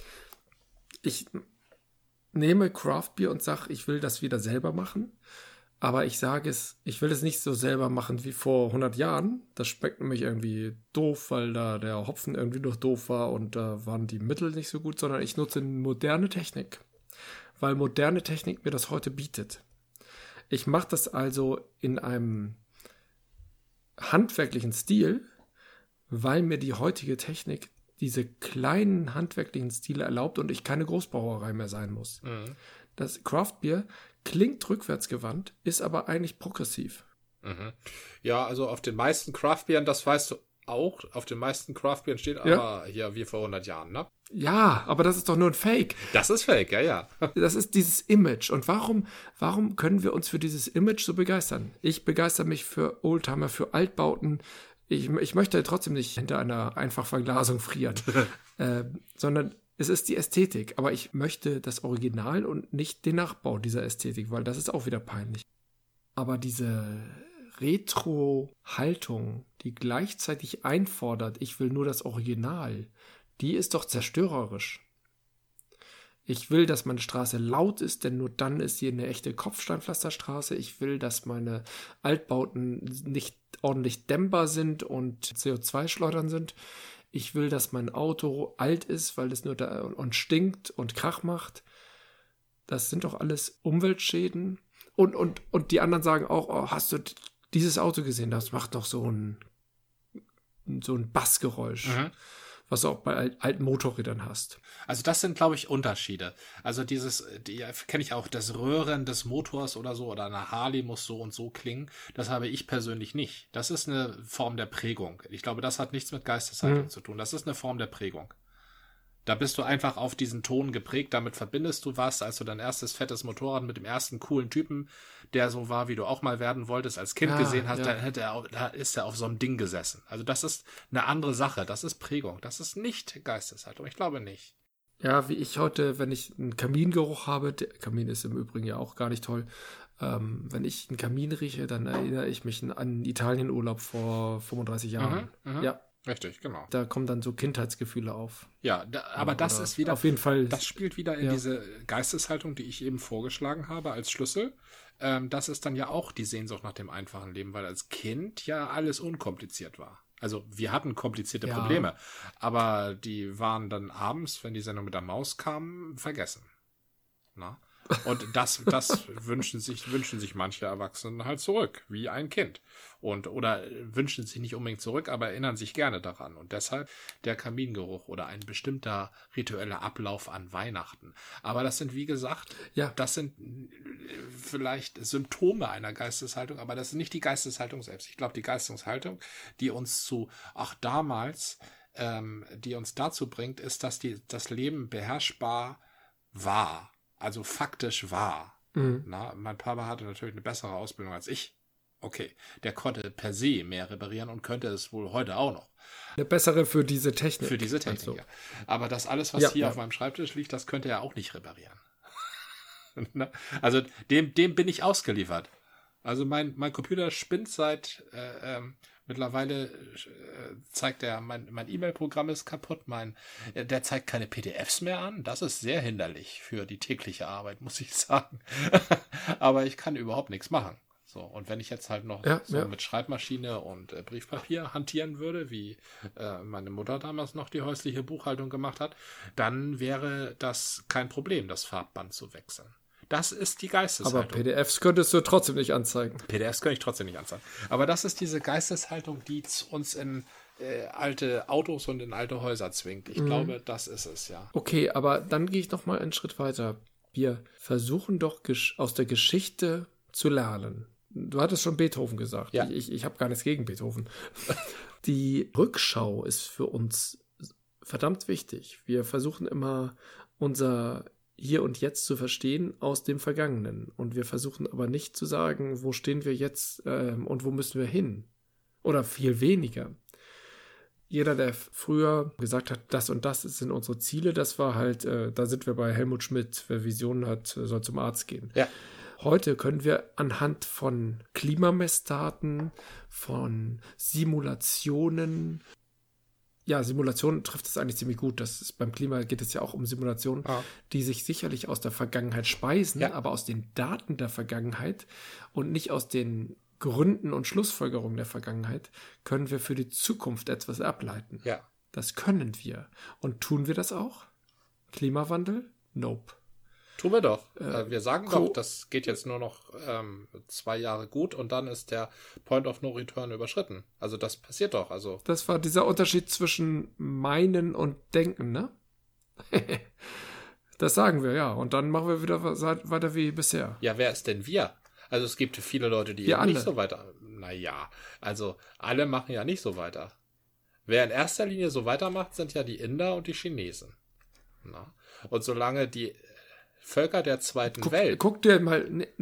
Ich nehme Craftbier und sage, ich will das wieder selber machen. Aber ich sage es, ich will es nicht so selber machen wie vor hundert Jahren. Das schmeckt nämlich irgendwie doof, weil da der Hopfen irgendwie noch doof war und da waren die Mittel nicht so gut, sondern ich nutze moderne Technik. Weil moderne Technik mir das heute bietet. Ich mache das also in einem handwerklichen Stil, weil mir die heutige Technik diese kleinen handwerklichen Stile erlaubt und ich keine Großbrauerei mehr sein muss. Mhm. Das Craftbier klingt rückwärtsgewandt, ist aber eigentlich progressiv. Mhm. Ja, also auf den meisten Craftbieren, das weißt du auch, auf den meisten Craftbieren steht ja. aber hier wie vor hundert Jahren, ne? Ja, aber das ist doch nur ein Fake. Das ist Fake, ja, ja. Das ist dieses Image. Und warum, warum können wir uns für dieses Image so begeistern? Ich begeister mich für Oldtimer, für Altbauten, Ich, ich möchte trotzdem nicht hinter einer Einfachverglasung frieren, äh, sondern es ist die Ästhetik. Aber ich möchte das Original und nicht den Nachbau dieser Ästhetik, weil das ist auch wieder peinlich. Aber diese Retro-Haltung, die gleichzeitig einfordert, ich will nur das Original, die ist doch zerstörerisch. Ich will, dass meine Straße laut ist, denn nur dann ist sie eine echte Kopfsteinpflasterstraße. Ich will, dass meine Altbauten nicht ordentlich dämmbar sind und C O zwei schleudern sind. Ich will, dass mein Auto alt ist, weil es nur da und stinkt und Krach macht. Das sind doch alles Umweltschäden. Und, und, und die anderen sagen auch, oh, hast du dieses Auto gesehen? Das macht doch so ein, so ein Bassgeräusch. Mhm. Was du auch bei alten Motorrädern hast. Also das sind, glaube ich, Unterschiede. Also dieses, die kenne ich auch, das Röhren des Motors oder so, oder eine Harley muss so und so klingen. Das habe ich persönlich nicht. Das ist eine Form der Prägung. Ich glaube, das hat nichts mit Geisteshaltung mhm. zu tun. Das ist eine Form der Prägung. Da bist du einfach auf diesen Ton geprägt, damit verbindest du was, als du dein erstes fettes Motorrad mit dem ersten coolen Typen, der so war, wie du auch mal werden wolltest, als Kind ah, gesehen hast, ja. dann hätte er, da ist er auf so einem Ding gesessen. Also das ist eine andere Sache, das ist Prägung, das ist nicht Geisteshaltung, ich glaube nicht. Ja, wie ich heute, wenn ich einen Kamingeruch habe, der Kamin ist im Übrigen ja auch gar nicht toll, ähm, wenn ich einen Kamin rieche, dann erinnere ich mich an Italienurlaub vor fünfunddreißig Jahren. Mhm, mh. Ja. Richtig, genau. Da kommen dann so Kindheitsgefühle auf. Ja, da, aber ja, das ist wieder, auf jeden Fall, das spielt wieder in ja. diese Geisteshaltung, die ich eben vorgeschlagen habe als Schlüssel. Ähm, das ist dann ja auch die Sehnsucht nach dem einfachen Leben, weil als Kind ja alles unkompliziert war. Also wir hatten komplizierte ja. Probleme, aber die waren dann abends, wenn die Sendung mit der Maus kam, vergessen. Na? Und das, das wünschen sich, wünschen sich manche Erwachsene halt zurück, wie ein Kind. Und, oder wünschen sich nicht unbedingt zurück, aber erinnern sich gerne daran. Und deshalb der Kamingeruch oder ein bestimmter ritueller Ablauf an Weihnachten. Aber das sind, wie gesagt, ja. das sind vielleicht Symptome einer Geisteshaltung, aber das ist nicht die Geisteshaltung selbst. Ich glaube, die Geisteshaltung, die uns zu, auch damals, ähm, die uns dazu bringt, ist, dass die, das Leben beherrschbar war. Also faktisch war. Mhm. Na, mein Papa hatte natürlich eine bessere Ausbildung als ich. Okay, der konnte per se mehr reparieren und könnte es wohl heute auch noch. Eine bessere für diese Technik. Für diese Technik, also. ja. Aber das alles, was ja, hier ja. auf meinem Schreibtisch liegt, das könnte er auch nicht reparieren. Also dem, dem bin ich ausgeliefert. Also mein, mein Computer spinnt seit äh, ähm, mittlerweile äh, zeigt er, mein, mein E-Mail-Programm ist kaputt, mein, äh, der zeigt keine P D Fs mehr an. Das ist sehr hinderlich für die tägliche Arbeit, muss ich sagen. Aber ich kann überhaupt nichts machen. So, und wenn ich jetzt halt noch ja, so ja. mit Schreibmaschine und äh, Briefpapier hantieren würde, wie äh, meine Mutter damals noch die häusliche Buchhaltung gemacht hat, dann wäre das kein Problem, das Farbband zu wechseln. Das ist die Geisteshaltung. Aber P D Fs könntest du trotzdem nicht anzeigen. P D Fs könnte ich trotzdem nicht anzeigen. Aber das ist diese Geisteshaltung, die uns in äh, alte Autos und in alte Häuser zwingt. Ich mhm. glaube, das ist es, ja. Okay, aber dann gehe ich noch mal einen Schritt weiter. Wir versuchen doch gesch- aus der Geschichte zu lernen. Du hattest schon Beethoven gesagt. Ja. Ich, ich, ich habe gar nichts gegen Beethoven. Die Rückschau ist für uns verdammt wichtig. Wir versuchen immer unser Hier und Jetzt zu verstehen aus dem Vergangenen. Und wir versuchen aber nicht zu sagen, wo stehen wir jetzt ähm, und wo müssen wir hin. Oder viel weniger. Jeder, der früher gesagt hat, das und das sind unsere Ziele, das war halt, äh, da sind wir bei Helmut Schmidt. Wer Visionen hat, soll zum Arzt gehen. Ja. Heute können wir anhand von Klimamessdaten, von Simulationen, ja, Simulationen trifft es eigentlich ziemlich gut. Das ist, beim Klima geht es ja auch um Simulationen, ah. die sich sicherlich aus der Vergangenheit speisen, ja. aber aus den Daten der Vergangenheit und nicht aus den Gründen und Schlussfolgerungen der Vergangenheit können wir für die Zukunft etwas ableiten. Ja. Das können wir. Und tun wir das auch? Klimawandel? Nope. Tun wir doch. Äh, wir sagen Co- doch, das geht jetzt nur noch ähm, zwei Jahre gut und dann ist der Point of No Return überschritten. Also das passiert doch. Also das war dieser Unterschied zwischen meinen und denken, ne? Das sagen wir, ja. Und dann machen wir wieder weiter wie bisher. Ja, wer ist denn wir? Also es gibt viele Leute, die eben nicht so weiter... Naja, also alle machen ja nicht so weiter. Wer in erster Linie so weitermacht, sind ja die Inder und die Chinesen. Na? Und solange die Völker der zweiten guck, Welt... Guck dir mal... Nimm,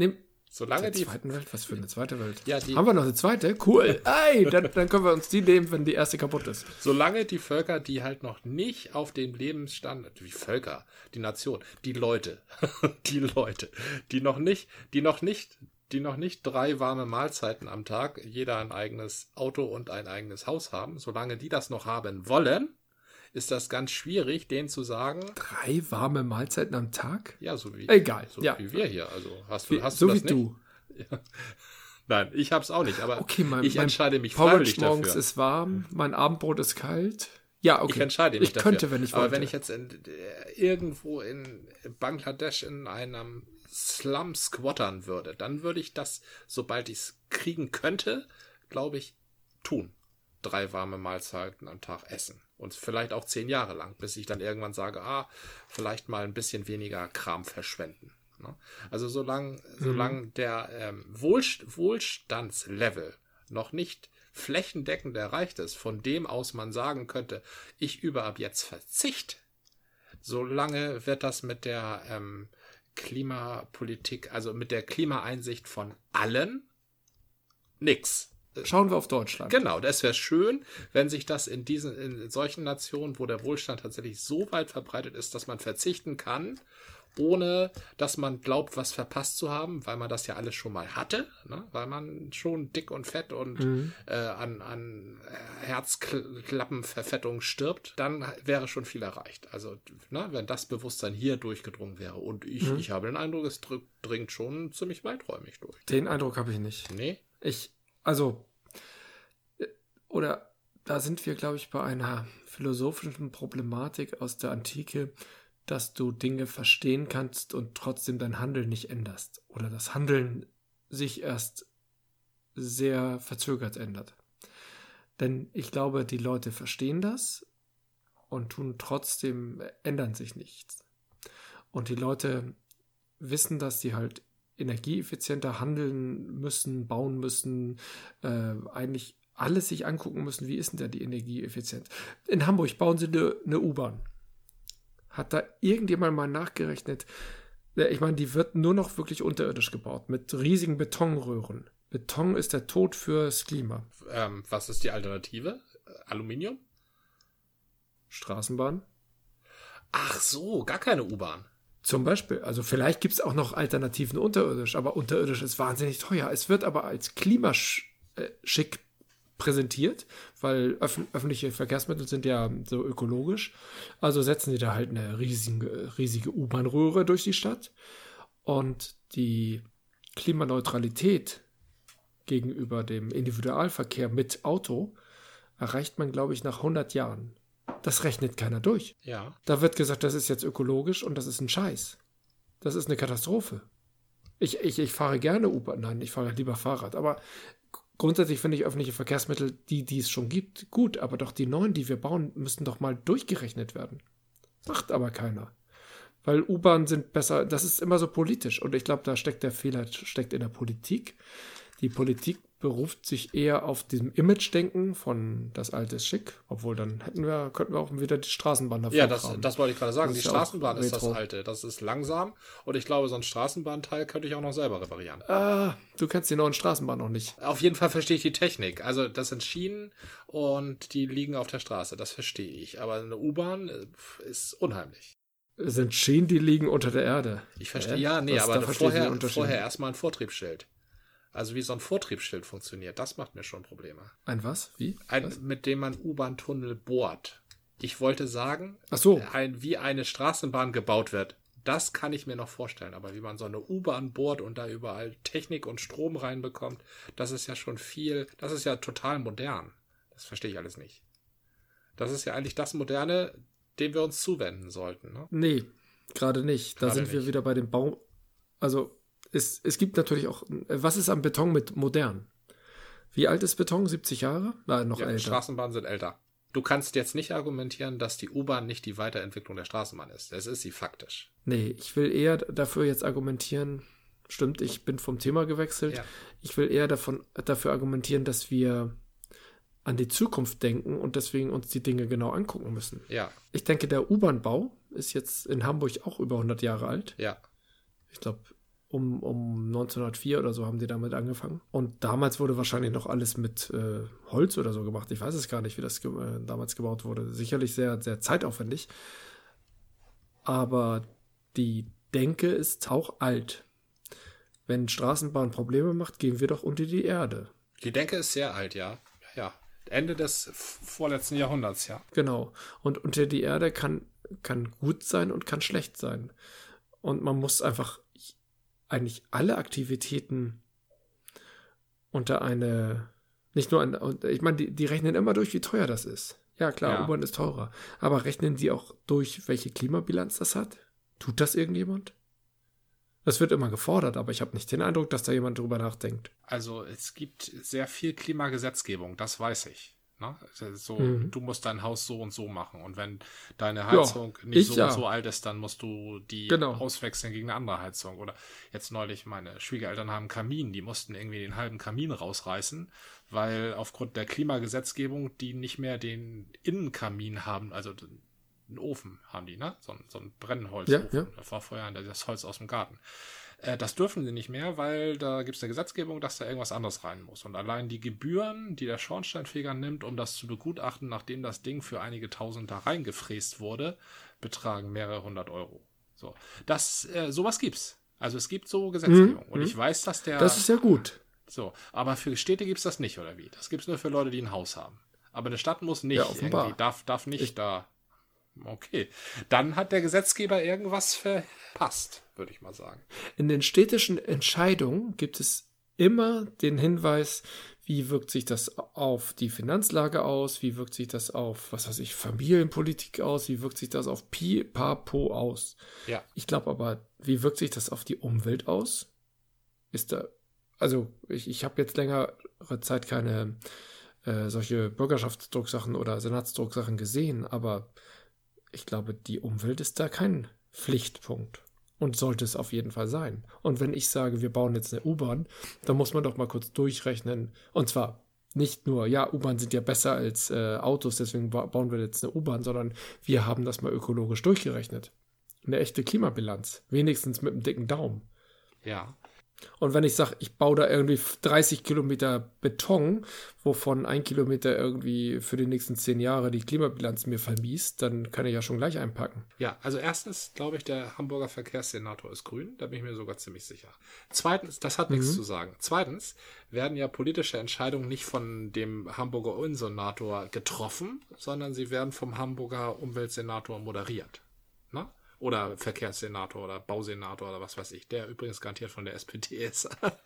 Solange Der die zweiten Welt? Was für eine zweite Welt? Ja, die- Haben wir noch eine zweite? Cool. Ey, dann, dann können wir uns die nehmen, wenn die erste kaputt ist. Solange die Völker, die halt noch nicht auf dem Lebensstandard, die Völker, die Nation, die Leute, die Leute, die noch nicht, die noch nicht, die noch nicht drei warme Mahlzeiten am Tag, jeder ein eigenes Auto und ein eigenes Haus haben, solange die das noch haben wollen, ist das ganz schwierig, denen zu sagen, Drei warme Mahlzeiten am Tag? ja, so wie, Egal, so ja. wie wir hier. Also hast du, Wie, hast so du wie das nicht? du. Nein, ich hab's auch nicht, aber Okay, mein, ich mein entscheide mich Porridge freiwillig morgens dafür. ist warm, mein Abendbrot ist kalt. Ja, okay. Ich entscheide mich Ich dafür. könnte, wenn ich Aber wollte. wenn ich jetzt in, äh, irgendwo in Bangladesch in einem Slum squattern würde, dann würde ich das, sobald ich es kriegen könnte, glaube ich, tun. Drei warme Mahlzeiten am Tag essen. Und vielleicht auch zehn Jahre lang, bis ich dann irgendwann sage, ah, vielleicht mal ein bisschen weniger Kram verschwenden. Ne? Also solange mhm. solange der ähm, Wohlst- Wohlstandslevel noch nicht flächendeckend erreicht ist, von dem aus man sagen könnte, ich übe ab jetzt Verzicht, solange wird das mit der ähm, Klimapolitik, also mit der Klimaeinsicht von allen nix. Schauen wir auf Deutschland. Genau, das wäre schön, wenn sich das in diesen, in solchen Nationen, wo der Wohlstand tatsächlich so weit verbreitet ist, dass man verzichten kann, ohne dass man glaubt, was verpasst zu haben, weil man das ja alles schon mal hatte, ne? Weil man schon dick und fett und mhm. äh, an, an Herzklappenverfettung stirbt, dann wäre schon viel erreicht. Also, ne, wenn das Bewusstsein hier durchgedrungen wäre. Und ich, mhm. ich habe den Eindruck, es dr- dringt schon ziemlich weiträumig durch. Den Eindruck habe ich nicht. Nee? Ich, also, oder da sind wir, glaube ich, bei einer philosophischen Problematik aus der Antike, dass du Dinge verstehen kannst und trotzdem dein Handeln nicht änderst. Oder das Handeln sich erst sehr verzögert ändert. Denn ich glaube, die Leute verstehen das und tun trotzdem, ändern sich nichts. Und die Leute wissen, dass sie halt energieeffizienter handeln müssen, bauen müssen, äh, eigentlich alles sich angucken müssen, wie ist denn da die Energieeffizienz. In Hamburg bauen sie eine, eine U-Bahn. Hat da irgendjemand mal nachgerechnet? Ich meine, die wird nur noch wirklich unterirdisch gebaut, mit riesigen Betonröhren. Beton ist der Tod fürs Klima. Ähm, was ist die Alternative? Aluminium? Straßenbahn? Ach so, gar keine U-Bahn. Zum Beispiel. Also vielleicht gibt es auch noch Alternativen unterirdisch, aber unterirdisch ist wahnsinnig teuer. Es wird aber als klimaschick präsentiert, weil öf- öffentliche Verkehrsmittel sind ja so ökologisch. Also setzen sie da halt eine riesige, riesige U-Bahn-Röhre durch die Stadt. Und die Klimaneutralität gegenüber dem Individualverkehr mit Auto erreicht man, glaube ich, nach hundert Jahren. Das rechnet keiner durch. Ja. Da wird gesagt, das ist jetzt ökologisch und das ist ein Scheiß. Das ist eine Katastrophe. Ich, ich, ich fahre gerne U-Bahn. Nein, ich fahre lieber Fahrrad. Aber grundsätzlich finde ich öffentliche Verkehrsmittel, die, die es schon gibt, gut. Aber doch die neuen, die wir bauen, müssten doch mal durchgerechnet werden. Macht aber keiner. Weil U-Bahnen sind besser, das ist immer so politisch. Und ich glaube, da steckt der Fehler, steckt in der Politik. Die Politik beruft sich eher auf diesem Image-Denken von das Alte ist schick, obwohl dann hätten wir, könnten wir auch wieder die Straßenbahn dafür Ja, das, das wollte ich gerade sagen. Das Die ist ja Straßenbahn auch ist das Retro. Alte. Das ist langsam. Und ich glaube, so ein Straßenbahnteil könnte ich auch noch selber reparieren. Ah, du kennst die neuen Straßenbahnen noch nicht. Auf jeden Fall verstehe ich die Technik. Also das sind Schienen und die liegen auf der Straße. Das verstehe ich. Aber eine U-Bahn äh, ist unheimlich. Es sind Schienen, die liegen unter der Erde. Ich verstehe, Hä? ja, nee, Was, da aber verstehe ich den vorher, Unterschied vorher nicht. erstmal ein Vortriebsschild. Also wie so ein Vortriebsschild funktioniert, das macht mir schon Probleme. Ein was? Wie? Ein, was? mit dem man U-Bahn-Tunnel bohrt. Ich wollte sagen, Ach so. ein, wie eine Straßenbahn gebaut wird. Das kann ich mir noch vorstellen. Aber wie man so eine U-Bahn bohrt und da überall Technik und Strom reinbekommt, das ist ja schon viel, das ist ja total modern. Das verstehe ich alles nicht. Das ist ja eigentlich das Moderne, dem wir uns zuwenden sollten. Ne? Nee, gerade nicht. Da Gerade sind wir nicht. wieder bei dem Bau. Also es, es gibt natürlich auch, was ist am Beton mit modern? Wie alt ist Beton? siebzig Jahre? Nein, noch Ja, älter. Straßenbahnen sind älter. Du kannst jetzt nicht argumentieren, dass die U-Bahn nicht die Weiterentwicklung der Straßenbahn ist. Das ist sie faktisch. Nee, ich will eher dafür jetzt argumentieren, stimmt, ich bin vom Thema gewechselt. Ja. Ich will eher davon, dafür argumentieren, dass wir an die Zukunft denken und deswegen uns die Dinge genau angucken müssen. Ja, Ich denke, der U-Bahn-Bau ist jetzt in Hamburg auch über hundert Jahre alt. ja. Ich glaube, um, um neunzehnhundertvier oder so haben die damit angefangen. Und damals wurde wahrscheinlich noch alles mit äh, Holz oder so gemacht. Ich weiß es gar nicht, wie das ge äh, damals gebaut wurde. Sicherlich sehr, sehr zeitaufwendig. Aber die Denke ist auch alt. Wenn Straßenbahn Probleme macht, gehen wir doch unter die Erde. Die Denke ist sehr alt, ja. Ja. Ende des vorletzten Jahrhunderts, ja. Genau. Und unter die Erde kann, kann gut sein und kann schlecht sein. Und man muss einfach eigentlich alle Aktivitäten unter eine, nicht nur an, ich meine, die, die rechnen immer durch, wie teuer das ist. Ja, klar, Ja. U-Bahn ist teurer. Aber rechnen die auch durch, welche Klimabilanz das hat? Tut das irgendjemand? Das wird immer gefordert, aber ich habe nicht den Eindruck, dass da jemand drüber nachdenkt. Also es gibt sehr viel Klimagesetzgebung, das weiß ich. Ne? So, Mhm. Du musst dein Haus so und so machen. Und wenn deine Heizung Ja, nicht ich so ja. und so alt ist, dann musst du die Genau. auswechseln gegen eine andere Heizung. Oder jetzt neulich, meine Schwiegereltern haben einen Kamin, die mussten irgendwie den halben Kamin rausreißen, weil aufgrund der Klimagesetzgebung die nicht mehr den Innenkamin haben, also einen Ofen haben die, ne? So, ein- so ein Brennholzofen. Ja, ja. Das war vorher das Holz aus dem Garten. Äh, Das dürfen sie nicht mehr, weil da gibt es eine Gesetzgebung, dass da irgendwas anderes rein muss. Und allein die Gebühren, die der Schornsteinfeger nimmt, um das zu begutachten, nachdem das Ding für einige Tausend da reingefräst wurde, betragen mehrere hundert Euro. So, das, äh, sowas gibt's. Also es gibt so Gesetzgebung. Mhm, Und ich weiß, dass der... Das ist ja gut. So, aber für Städte gibt's das nicht, oder wie? Das gibt's nur für Leute, die ein Haus haben. Aber eine Stadt muss nicht Ja, offenbar. irgendwie, darf, darf nicht Ich- da... Okay, dann hat der Gesetzgeber irgendwas verpasst, würde ich mal sagen. In den städtischen Entscheidungen gibt es immer den Hinweis, wie wirkt sich das auf die Finanzlage aus, wie wirkt sich das auf, was weiß ich, Familienpolitik aus, wie wirkt sich das auf Pi, Pa, Po aus. Ja. Ich glaube aber, wie wirkt sich das auf die Umwelt aus? Ist da, also ich, ich habe jetzt längere Zeit keine äh, solche Bürgerschaftsdrucksachen oder Senatsdrucksachen gesehen, aber ich glaube, die Umwelt ist da kein Pflichtpunkt und sollte es auf jeden Fall sein. Und wenn ich sage, wir bauen jetzt eine U-Bahn, dann muss man doch mal kurz durchrechnen. Und zwar nicht nur, ja, U-Bahn sind ja besser als äh, Autos, deswegen ba bauen wir jetzt eine U-Bahn, sondern wir haben das mal ökologisch durchgerechnet. Eine echte Klimabilanz, wenigstens mit einem dicken Daumen. Ja. Und wenn ich sage, ich baue da irgendwie dreißig Kilometer Beton, wovon ein Kilometer irgendwie für die nächsten zehn Jahre die Klimabilanz mir vermiest, dann kann ich ja schon gleich einpacken. Ja, also erstens glaube ich, der Hamburger Verkehrssenator ist grün, da bin ich mir sogar ziemlich sicher. Zweitens, das hat nichts Mhm. zu sagen. Zweitens werden ja politische Entscheidungen nicht von dem Hamburger Umweltsenator getroffen, sondern sie werden vom Hamburger Umweltsenator moderiert. Ne? Oder Verkehrssenator oder Bausenator oder was weiß ich, der übrigens garantiert von der S P D ist.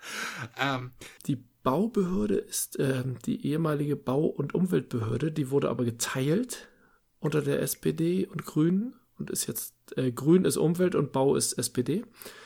ähm, Die Baubehörde ist ähm, die ehemalige Bau- und Umweltbehörde, die wurde aber geteilt unter der S P D und Grünen und ist jetzt, äh, Grün ist Umwelt und Bau ist S P D.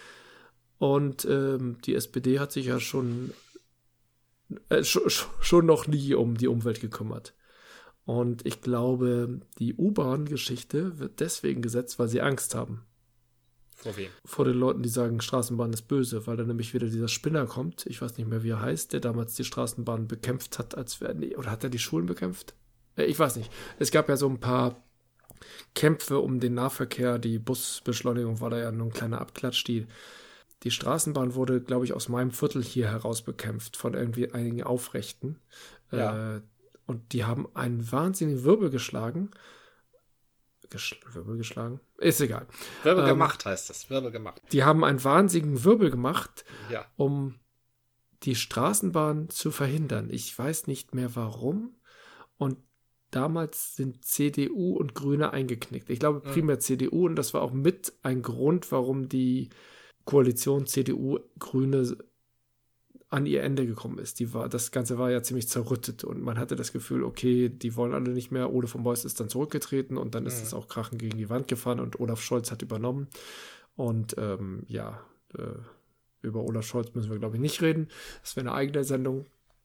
Und ähm, die S P D hat sich ja schon, äh, sch schon noch nie um die Umwelt gekümmert. Und ich glaube, die U-Bahn-Geschichte wird deswegen gesetzt, weil sie Angst haben. vor wem? Vor den Leuten, die sagen, Straßenbahn ist böse, weil dann nämlich wieder dieser Spinner kommt, ich weiß nicht mehr, wie er heißt, der damals die Straßenbahn bekämpft hat, als wir, nee, oder hat er die Schulen bekämpft? Äh, Ich weiß nicht. Es gab ja so ein paar Kämpfe um den Nahverkehr, die Busbeschleunigung war da ja nur ein kleiner Abklatsch, die Die Straßenbahn wurde, glaube ich, aus meinem Viertel hier heraus bekämpft, von irgendwie einigen Aufrechten. Ja. Äh, und die haben einen wahnsinnigen Wirbel geschlagen. Gesch Wirbel geschlagen? Ist egal. Wirbel Ähm, gemacht heißt das. Wirbel gemacht. Die haben einen wahnsinnigen Wirbel gemacht, Ja. um die Straßenbahn zu verhindern. Ich weiß nicht mehr warum. Und damals sind C D U und Grüne eingeknickt. Ich glaube primär C D U und das war auch mit ein Grund, warum die Koalition C D U-Grüne an ihr Ende gekommen ist. Die war, das Ganze war ja ziemlich zerrüttet und man hatte das Gefühl, okay, die wollen alle nicht mehr. Ole von Beust ist dann zurückgetreten und dann ist Mhm. es auch krachend gegen die Wand gefahren und Olaf Scholz hat übernommen. Und ähm, ja, äh, über Olaf Scholz müssen wir, glaube ich, nicht reden. Das wäre eine eigene Sendung.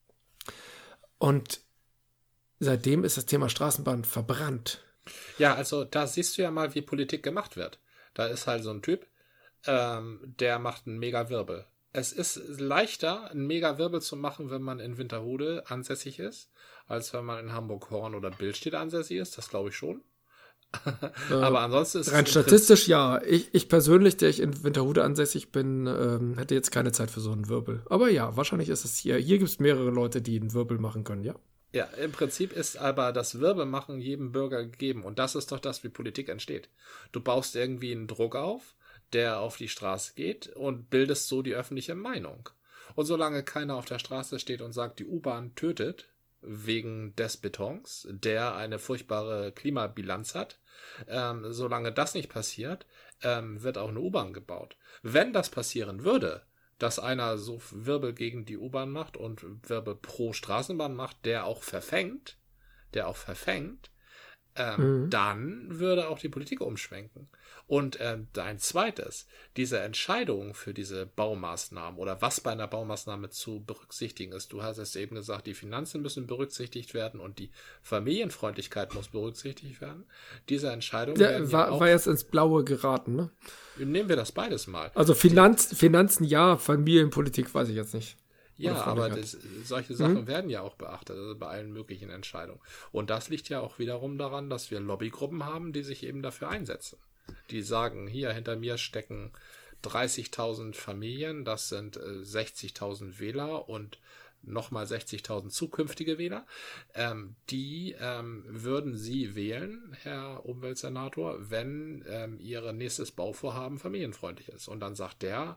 Und seitdem ist das Thema Straßenbahn verbrannt. Ja, also da siehst du ja mal, wie Politik gemacht wird. Da ist halt so ein Typ, ähm, der macht einen Mega-Wirbel. Es ist leichter, einen Mega-Wirbel zu machen, wenn man in Winterhude ansässig ist, als wenn man in Hamburg-Horn oder Billstedt ansässig ist. Das glaube ich schon. Aber ansonsten ist rein es statistisch ja. Ich, ich persönlich, der ich in Winterhude ansässig bin, ähm, hätte jetzt keine Zeit für so einen Wirbel. Aber ja, wahrscheinlich ist es hier. Hier gibt es mehrere Leute, die einen Wirbel machen können, ja. Ja, im Prinzip ist aber das Wirbelmachen jedem Bürger gegeben. Und das ist doch das, wie Politik entsteht. Du baust irgendwie einen Druck auf, der auf die Straße geht und bildest so die öffentliche Meinung. Und solange keiner auf der Straße steht und sagt, die U-Bahn tötet wegen des Betons, der eine furchtbare Klimabilanz hat, ähm, solange das nicht passiert, ähm, wird auch eine U-Bahn gebaut. Wenn das passieren würde, dass einer so Wirbel gegen die U-Bahn macht und Wirbel pro Straßenbahn macht, der auch verfängt, der auch verfängt, ähm, mhm. dann würde auch die Politik umschwenken. Und ähm, ein zweites, diese Entscheidung für diese Baumaßnahmen oder was bei einer Baumaßnahme zu berücksichtigen ist. Du hast es eben gesagt, die Finanzen müssen berücksichtigt werden und die Familienfreundlichkeit muss berücksichtigt werden. Diese Entscheidung ja, werden war, ja auch, war jetzt ins Blaue geraten, ne? Nehmen wir das beides mal. Also Finanz, Finanzen ja, Familienpolitik weiß ich jetzt nicht. Ja, aber das, solche Sachen mhm. werden ja auch beachtet, also bei allen möglichen Entscheidungen. Und das liegt ja auch wiederum daran, dass wir Lobbygruppen haben, die sich eben dafür einsetzen. Die sagen, hier hinter mir stecken dreißigtausend Familien, das sind äh, sechzigtausend Wähler und nochmal sechzigtausend zukünftige Wähler. Ähm, die ähm, würden Sie wählen, Herr Umweltsenator, wenn ähm, Ihr nächstes Bauvorhaben familienfreundlich ist. Und dann sagt der,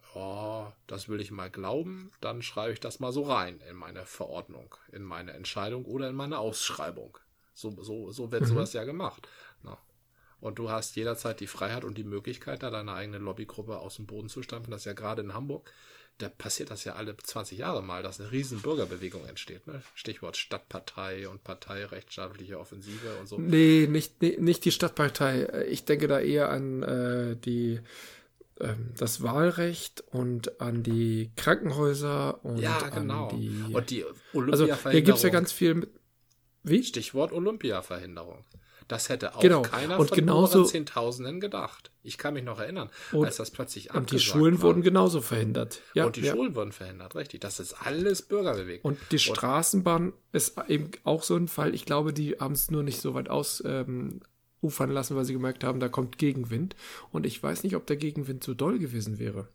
oh, das will ich mal glauben, dann schreibe ich das mal so rein in meine Verordnung, in meine Entscheidung oder in meine Ausschreibung. So, so, so wird mhm. sowas ja gemacht. Na. Und du hast jederzeit die Freiheit und die Möglichkeit, da deine eigene Lobbygruppe aus dem Boden zu stampfen. Das ist ja gerade in Hamburg, da passiert das ja alle zwanzig Jahre mal, dass eine riesen Bürgerbewegung entsteht. Ne? Stichwort Stadtpartei und Partei, rechtsstaatliche Offensive und so. Nee, nicht, nee, nicht die Stadtpartei. Ich denke da eher an äh, die ähm, das Wahlrecht und an die Krankenhäuser und ja, genau. an die... Und die Olympiaverhinderung. Also hier gibt es ja ganz viel... Mit, wie? Stichwort Olympiaverhinderung. Das hätte auch genau. keiner und von genauso, Zehntausenden gedacht. Ich kann mich noch erinnern, und, als das plötzlich abgesagt Und die Schulen war. wurden genauso verhindert. Ja, und die ja. Schulen wurden verhindert, richtig. Das ist alles Bürgerbewegung. Und die Straßenbahn und, ist eben auch so ein Fall. Ich glaube, die haben es nur nicht so weit ausufern ähm, lassen, weil sie gemerkt haben, da kommt Gegenwind. Und ich weiß nicht, ob der Gegenwind so doll gewesen wäre.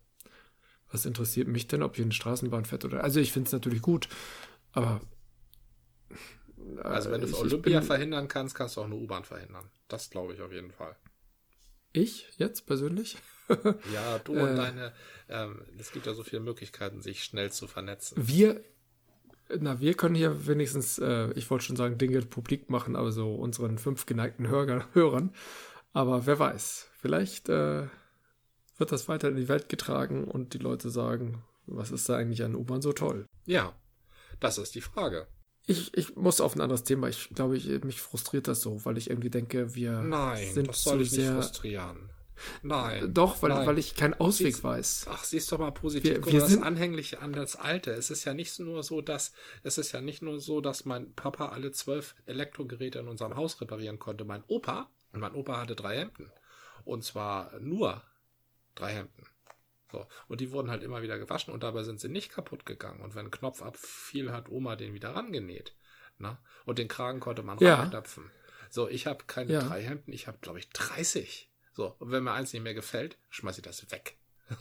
Was interessiert mich denn, ob hier eine Straßenbahn fährt oder... Also ich finde es natürlich gut, aber... Also wenn du ich, Olympia bin, verhindern kannst, kannst du auch eine U-Bahn verhindern. Das glaube ich auf jeden Fall. Ich jetzt persönlich? Ja, du und äh, deine, ähm, es gibt ja so viele Möglichkeiten, sich schnell zu vernetzen. Wir, na, wir können hier wenigstens, äh, ich wollte schon sagen, Dinge publik machen, aber so unseren fünf geneigten Hörern. Hörern. Aber wer weiß, vielleicht äh, wird das weiter in die Welt getragen und die Leute sagen, was ist da eigentlich an U-Bahn so toll? Ja, das ist die Frage. Ich, ich muss auf ein anderes Thema. Ich glaube, ich, mich frustriert das so, weil ich irgendwie denke, wir Nein, sind das soll so ich sehr... nicht frustrieren. Nein. Doch, weil, nein. weil ich keinen Ausweg siehst, weiß. Ach, siehst doch mal positiv. Wir, Guck, wir das sind Anhängliche an das Alte. Es ist ja nicht nur so, dass es ist ja nicht nur so, dass mein Papa alle zwölf Elektrogeräte in unserem Haus reparieren konnte. Mein Opa, und mein Opa hatte drei Hemden. Und zwar nur drei Hemden. So. Und die wurden halt immer wieder gewaschen und dabei sind sie nicht kaputt gegangen. Und wenn ein Knopf abfiel, hat Oma den wieder rangenäht. Na? Und den Kragen konnte man ja. reinknöpfen. So, ich habe keine ja. drei Hemden, ich habe, glaube ich, dreißig. So, und wenn mir eins nicht mehr gefällt, schmeiße ich das weg.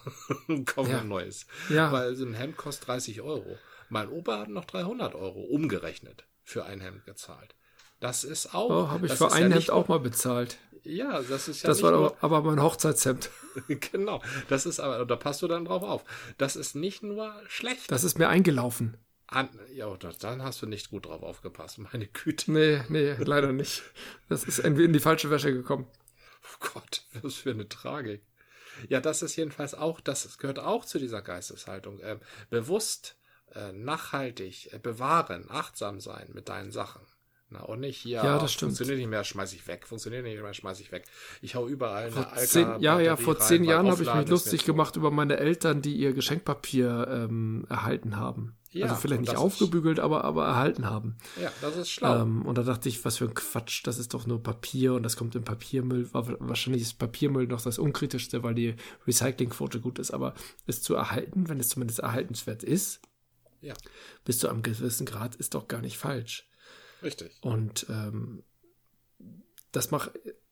Kaufe ja. ein neues. Ja. Weil so ein Hemd kostet dreißig Euro. Mein Opa hat noch dreihundert Euro umgerechnet für ein Hemd gezahlt. Das ist auch... Oh, habe ich für ein ja Hemd auch mal bezahlt. Ja, das ist ja Das nicht war nur, aber, aber mein Hochzeitshemd. Genau, das ist aber, da passt du dann drauf auf. Das ist nicht nur schlecht. Das ist mir eingelaufen. An, ja, dann hast du nicht gut drauf aufgepasst, meine Güte. Nee, nee, leider nicht. Das ist irgendwie in die falsche Wäsche gekommen. Oh Gott, was für eine Tragik. Ja, das ist jedenfalls auch, das gehört auch zu dieser Geisteshaltung. Äh, bewusst, äh, nachhaltig, äh, bewahren, achtsam sein mit deinen Sachen. Na, und nicht hier, ja, das stimmt. Funktioniert nicht mehr, schmeiß ich weg. Funktioniert nicht mehr, schmeiß ich weg. Ich hau überall vor eine alte zehn, Ja, ja, vor rein, zehn Jahren habe ich mich ist lustig so. gemacht über meine Eltern, die ihr Geschenkpapier ähm, erhalten haben. Ja, also vielleicht nicht ist- aufgebügelt, aber, aber erhalten haben. Ja, das ist schlau. Ähm, und da dachte ich, was für ein Quatsch, das ist doch nur Papier und das kommt im Papiermüll. War, wahrscheinlich ist Papiermüll noch das Unkritischste, weil die Recyclingquote gut ist, aber es zu erhalten, wenn es zumindest erhaltenswert ist, Ja, bis zu einem gewissen Grad, ist doch gar nicht falsch. richtig. Und ähm, das macht,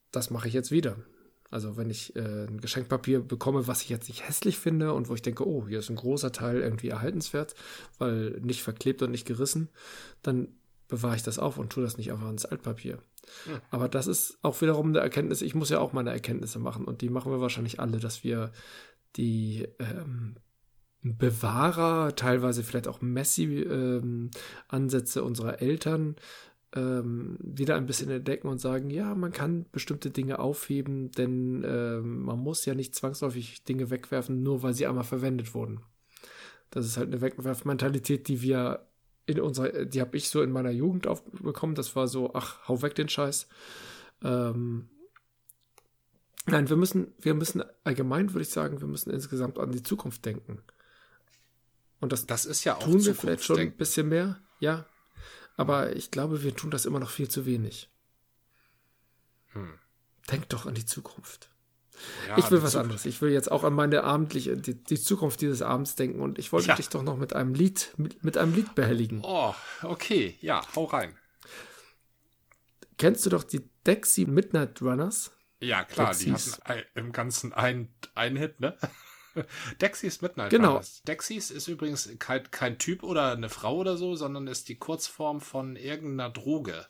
das mache ich jetzt wieder. Also wenn ich äh, ein Geschenkpapier bekomme, was ich jetzt nicht hässlich finde und wo ich denke, oh, hier ist ein großer Teil irgendwie erhaltenswert, weil nicht verklebt und nicht gerissen, dann bewahre ich das auf und tue das nicht einfach ins Altpapier. Hm. Aber das ist auch wiederum eine Erkenntnis, ich muss ja auch meine Erkenntnisse machen und die machen wir wahrscheinlich alle, dass wir die ähm, Bewahrer, teilweise vielleicht auch Messi-Ansätze ähm, unserer Eltern ähm, wieder ein bisschen entdecken und sagen, ja, man kann bestimmte Dinge aufheben, denn ähm, man muss ja nicht zwangsläufig Dinge wegwerfen, nur weil sie einmal verwendet wurden. Das ist halt eine Wegwerfmentalität, die wir in unserer, die habe ich so in meiner Jugend aufbekommen. Das war so, ach, hau weg den Scheiß. Ähm, nein, wir müssen, wir müssen allgemein, würde ich sagen, wir müssen insgesamt an die Zukunft denken. Und das, das ist ja auch tun wir vielleicht schon ein bisschen mehr, ja. Aber ich glaube, wir tun das immer noch viel zu wenig. Hm. Denk doch an die Zukunft. Ja, ich will was Zukunft. anderes. Ich will jetzt auch an meine abendliche, die, die Zukunft dieses Abends denken. Und ich wollte ja. dich doch noch mit einem Lied, mit, mit einem Lied behelligen. Oh, okay. Ja, hau rein. Kennst du doch die Dexy Midnight Runners? Ja, klar. Dexys. Die hatten im Ganzen einen Hit, ne? Dexys Midnight genau. Runners. Dexys ist übrigens kein, kein Typ oder eine Frau oder so, sondern ist die Kurzform von irgendeiner Droge.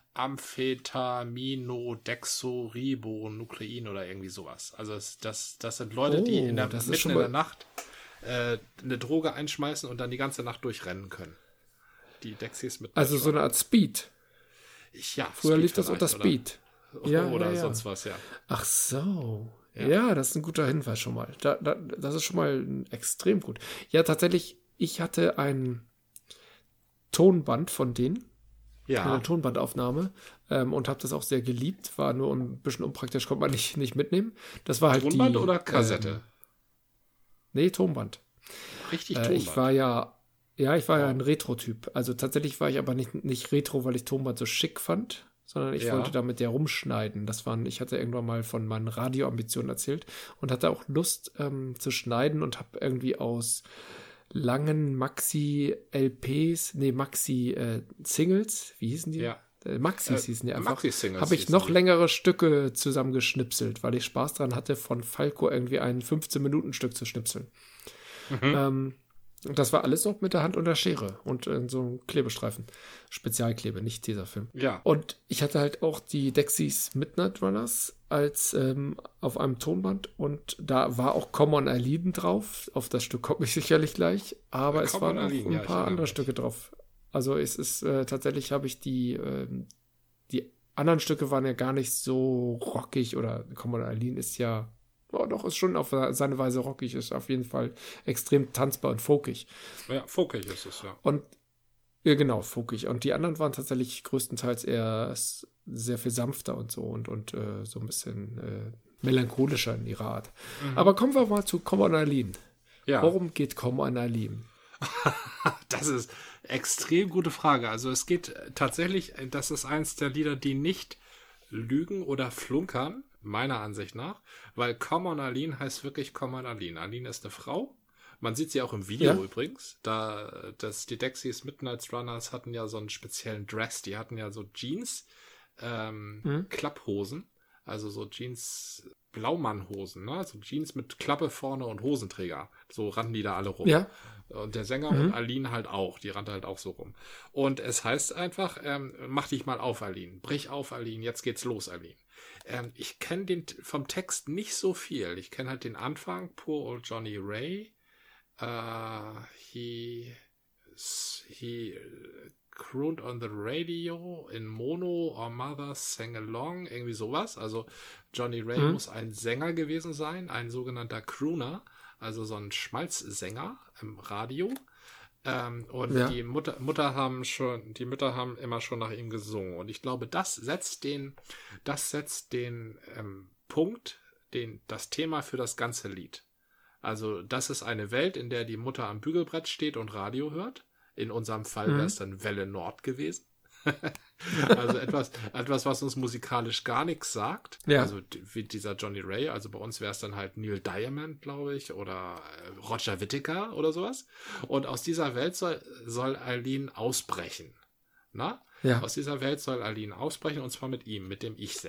Amphetaminodeoxyribonuklein oder irgendwie sowas. Also das, das, das sind Leute, oh, die in der, mitten in der Nacht äh, eine Droge einschmeißen und dann die ganze Nacht durchrennen können. Die Dexys Midnight Also so eine Art Speed. Ich, ja, Früher lief das unter Speed. Oder, ja, oder ja, ja. sonst was, ja. Ach so. Ja. ja, das ist ein guter Hinweis schon mal. Da, da, das ist schon mal extrem gut. Ja, tatsächlich, ich hatte ein Tonband von denen. Ja. Eine Tonbandaufnahme ähm, und habe das auch sehr geliebt. War nur ein bisschen unpraktisch, konnte man nicht, nicht mitnehmen. Das war halt Tonband die, oder Kassette? Ähm, nee, Tonband. Richtig äh, Tonband. Ich war ja, ja, ich war ja ein Retro-Typ. Also tatsächlich war ich aber nicht, nicht Retro, weil ich Tonband so schick fand, sondern ich ja. wollte damit ja rumschneiden. Das waren, ich hatte irgendwann mal von meinen Radioambitionen erzählt und hatte auch Lust ähm, zu schneiden und habe irgendwie aus langen Maxi-L Ps, nee, Maxi-Singles, äh, wie hießen die? Ja. Äh, Maxis äh, hießen die einfach. Maxi-Singles habe ich noch die. längere Stücke zusammengeschnipselt, weil ich Spaß dran hatte, von Falco irgendwie ein fünfzehn-Minuten-Stück zu schnipseln. Mhm. Ähm, und das war alles noch mit der Hand und der Schere und äh, so einem Klebestreifen. Spezialklebe, nicht Tesafilm. Ja. Und ich hatte halt auch die Dexys Midnight Runners als ähm, auf einem Tonband und da war auch Common Erliden drauf. Auf das Stück komme ich sicherlich gleich, aber ja, es waren auch ein ja, paar andere Stücke drauf. Also es ist äh, tatsächlich habe ich die äh, die anderen Stücke waren ja gar nicht so rockig oder Common Erliden ist ja oh, doch, ist schon auf seine Weise rockig, ist auf jeden Fall extrem tanzbar und folkig. Ja, folkig ist es, ja. Und ja, genau, folkig. Und die anderen waren tatsächlich größtenteils eher sehr viel sanfter und so und, und äh, so ein bisschen äh, melancholischer in ihrer Art. Mhm. Aber kommen wir mal zu Common Eileen. Ja. Worum geht Common Eileen? Das ist eine extrem gute Frage. Also es geht tatsächlich, das ist eins der Lieder, die nicht lügen oder flunkern, meiner Ansicht nach, weil Common Eileen heißt wirklich Common Eileen. Eileen ist eine Frau. Man sieht sie auch im Video ja. übrigens. Da, das, die Dexys Midnight Runners hatten ja so einen speziellen Dress. Die hatten ja so Jeans, ähm, mhm. Klapphosen. Also so Jeans, Blaumannhosen, ne? Also Jeans mit Klappe vorne und Hosenträger. So rannten die da alle rum. Ja. Und der Sänger mhm. und Eileen halt auch. Die rannte halt auch so rum. Und es heißt einfach, ähm, mach dich mal auf, Eileen. Brich auf, Eileen. Jetzt geht's los, Eileen. Ähm, ich kenne den vom Text nicht so viel. Ich kenne halt den Anfang. Poor old Johnny Ray. Uh, he he crooned on the radio in mono or mother sang along, irgendwie sowas. Also Johnny Ray mhm. muss ein Sänger gewesen sein, ein sogenannter Crooner, also so ein Schmalzsänger im Radio. Ähm, und ja. die Mutter, Mutter haben schon, die Mütter haben immer schon nach ihm gesungen. Und ich glaube, das setzt den, das setzt den ähm, Punkt, den, das Thema für das ganze Lied. Also das ist eine Welt, in der die Mutter am Bügelbrett steht und Radio hört. In unserem Fall mhm. wäre es dann Welle Nord gewesen. Also etwas, etwas, was uns musikalisch gar nichts sagt. Ja. Also wie dieser Johnny Ray. Also bei uns wäre es dann halt Neil Diamond, glaube ich, oder Roger Whittaker oder sowas. Und aus dieser Welt soll, soll Eileen ausbrechen. Na? Ja. Aus dieser Welt soll Eileen ausbrechen und zwar mit ihm, mit dem Ich-Sänger.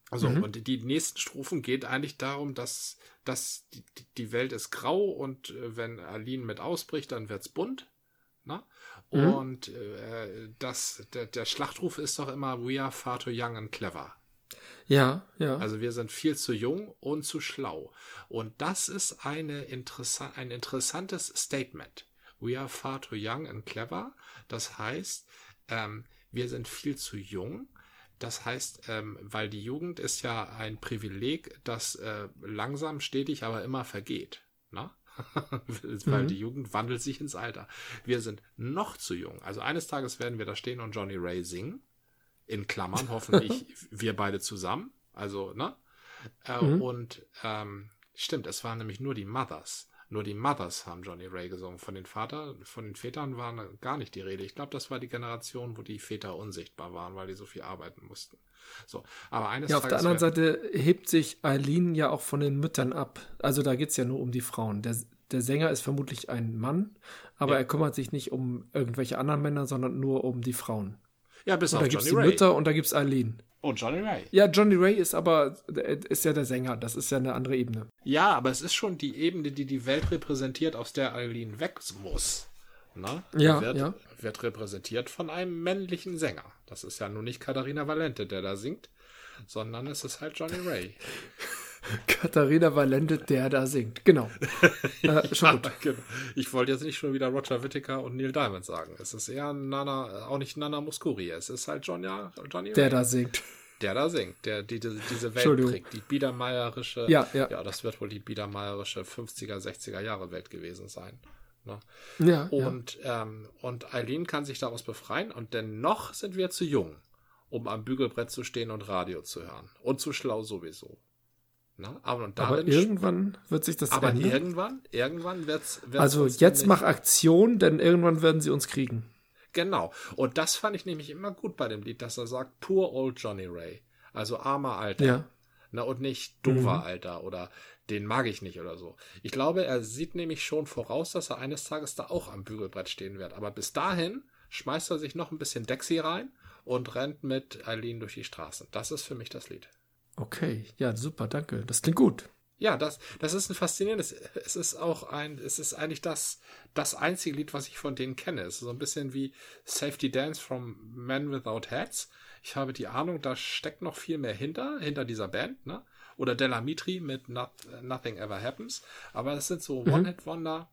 Also, Mhm. und die nächsten Strophen geht eigentlich darum, dass, dass die, die Welt ist grau und äh, wenn Aline mit ausbricht, dann wird's bunt. Na? Mhm. Und äh, das, der, der Schlachtruf ist doch immer We are far too young and clever. Ja, ja. Also wir sind viel zu jung und zu schlau. Und das ist eine interessa- ein interessantes Statement. We are far too young and clever. Das heißt, ähm, wir sind viel zu jung. Das heißt, ähm, weil die Jugend ist ja ein Privileg, das äh, langsam, stetig, aber immer vergeht. Na? Weil Mhm. die Jugend wandelt sich ins Alter. Wir sind noch zu jung. Also eines Tages werden wir da stehen und Johnny Ray singen. In Klammern, hoffentlich wir beide zusammen. Also, ne? Äh, Mhm. Und ähm, stimmt, es waren nämlich nur die Mothers. Nur die Mothers haben Johnny Ray gesungen. Von den Vater, von den Vätern war gar nicht die Rede. Ich glaube, das war die Generation, wo die Väter unsichtbar waren, weil die so viel arbeiten mussten. So, aber eines Ja, auf der Tages anderen werden- Seite hebt sich Aline ja auch von den Müttern ab. Also da geht es ja nur um die Frauen. Der, der Sänger ist vermutlich ein Mann, aber Ja. er kümmert sich nicht um irgendwelche anderen Männer, sondern nur um die Frauen. ja, bis Und auf da gibt es Johnny die Ray. Mütter und da gibt es Aline. Oh, Johnny Ray. Ja, Johnny Ray ist aber, ist ja der Sänger. Das ist ja eine andere Ebene. Ja, aber es ist schon die Ebene, die die Welt repräsentiert, aus der Aline weg muss. Na? Ja, wird, ja. wird repräsentiert von einem männlichen Sänger. Das ist ja nun nicht Katharina Valente, der da singt, sondern es ist halt Johnny Ray. Katharina Valente, der da singt. Genau. äh, schon gut. Genau. Ich wollte jetzt nicht schon wieder Roger Whittaker und Neil Diamond sagen. Es ist eher Nana, auch nicht Nana Mouskouri. Es ist halt John, ja, Johnny Ray. Der da singt. Der da singt, der die, diese, diese Welt Entschuldigung. prägt. Die biedermeierische, Ja, ja. ja, das wird wohl die biedermeierische fünfziger, sechziger Jahre Welt gewesen sein. Ne? Ja, ja. Und, ähm, und Eileen kann sich daraus befreien und dennoch sind wir zu jung, um am Bügelbrett zu stehen und Radio zu hören. Und zu schlau sowieso. Ne? Aber, und Aber darin irgendwann wird sich das aber ändern. irgendwann, irgendwann wird's, wird's Also uns jetzt nämlich- mach Aktion, denn irgendwann werden sie uns kriegen. Genau. Und das fand ich nämlich immer gut bei dem Lied, dass er sagt, poor old Johnny Ray. Also armer Alter. Ja. Ne, und nicht doofer Mhm. Alter oder den mag ich nicht oder so. Ich glaube, er sieht nämlich schon voraus, dass er eines Tages da auch am Bügelbrett stehen wird. Aber bis dahin schmeißt er sich noch ein bisschen Dexy rein und rennt mit Eileen durch die Straßen. Das ist für mich das Lied. Okay, ja, super, danke. Das klingt gut. Ja, das, das ist ein faszinierendes, es ist auch ein, es ist eigentlich das, das einzige Lied, was ich von denen kenne. Es ist so ein bisschen wie Safety Dance from Men Without Hats. Ich habe die Ahnung, da steckt noch viel mehr hinter, hinter dieser Band, ne? Oder Della Mitri mit Not, Nothing Ever Happens. Aber es sind so One-Hit-Wonder,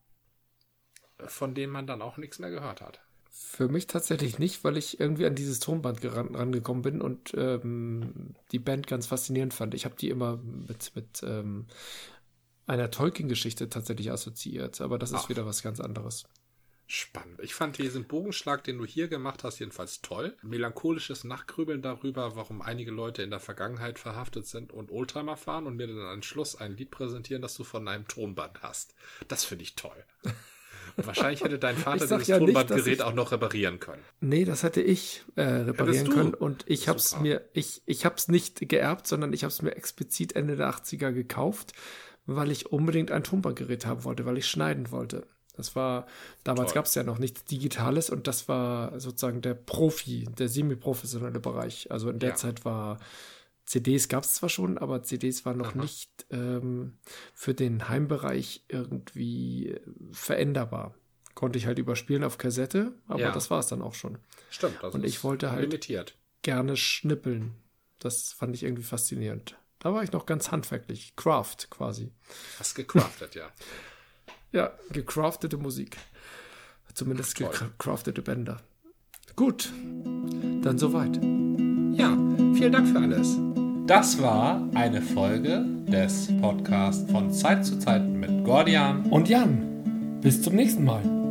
von denen man dann auch nichts mehr gehört hat. Für mich tatsächlich nicht, weil ich irgendwie an dieses Tonband geran rangekommen bin und ähm, die Band ganz faszinierend fand. Ich habe die immer mit, mit ähm, einer Tolkien-Geschichte tatsächlich assoziiert, aber das ist Ach. wieder was ganz anderes. Spannend. Ich fand diesen Bogenschlag, den du hier gemacht hast, jedenfalls toll. Melancholisches Nachgrübeln darüber, warum einige Leute in der Vergangenheit verhaftet sind und Oldtimer fahren und mir dann am Schluss ein Lied präsentieren, das du von einem Tonband hast. Das finde ich toll. Und wahrscheinlich hätte dein Vater Ich sag dieses ja nicht, Tonbandgerät dass ich- auch noch reparieren können. Nee, das hätte ich äh, reparieren du? können und ich habe es Super. mir, ich, ich habe es nicht geerbt, sondern ich habe es mir explizit Ende der achtziger gekauft, weil ich unbedingt ein Tonbandgerät haben wollte, weil ich schneiden wollte. Das war, damals Toll. gab es ja noch nichts Digitales und das war sozusagen der Profi, der semi-professionelle Bereich. Also in der Ja. Zeit war C Ds gab es zwar schon, aber C Ds waren noch Aha. nicht ähm, für den Heimbereich irgendwie äh, veränderbar. Konnte ich halt überspielen auf Kassette, aber Ja. das war es dann auch schon. Stimmt. Das Und ist ich wollte halt- limitiert. Gerne schnippeln. Das fand ich irgendwie faszinierend. Da war ich noch ganz handwerklich. Craft quasi. Hast gecraftet, ja. Ja, gecraftete Musik. Zumindest Toll. gecraftete Bänder. Gut, dann soweit. Ja, vielen Dank für alles. Das war eine Folge des Podcasts von Zeit zu Zeit mit Gordian. Und Jan, bis zum nächsten Mal.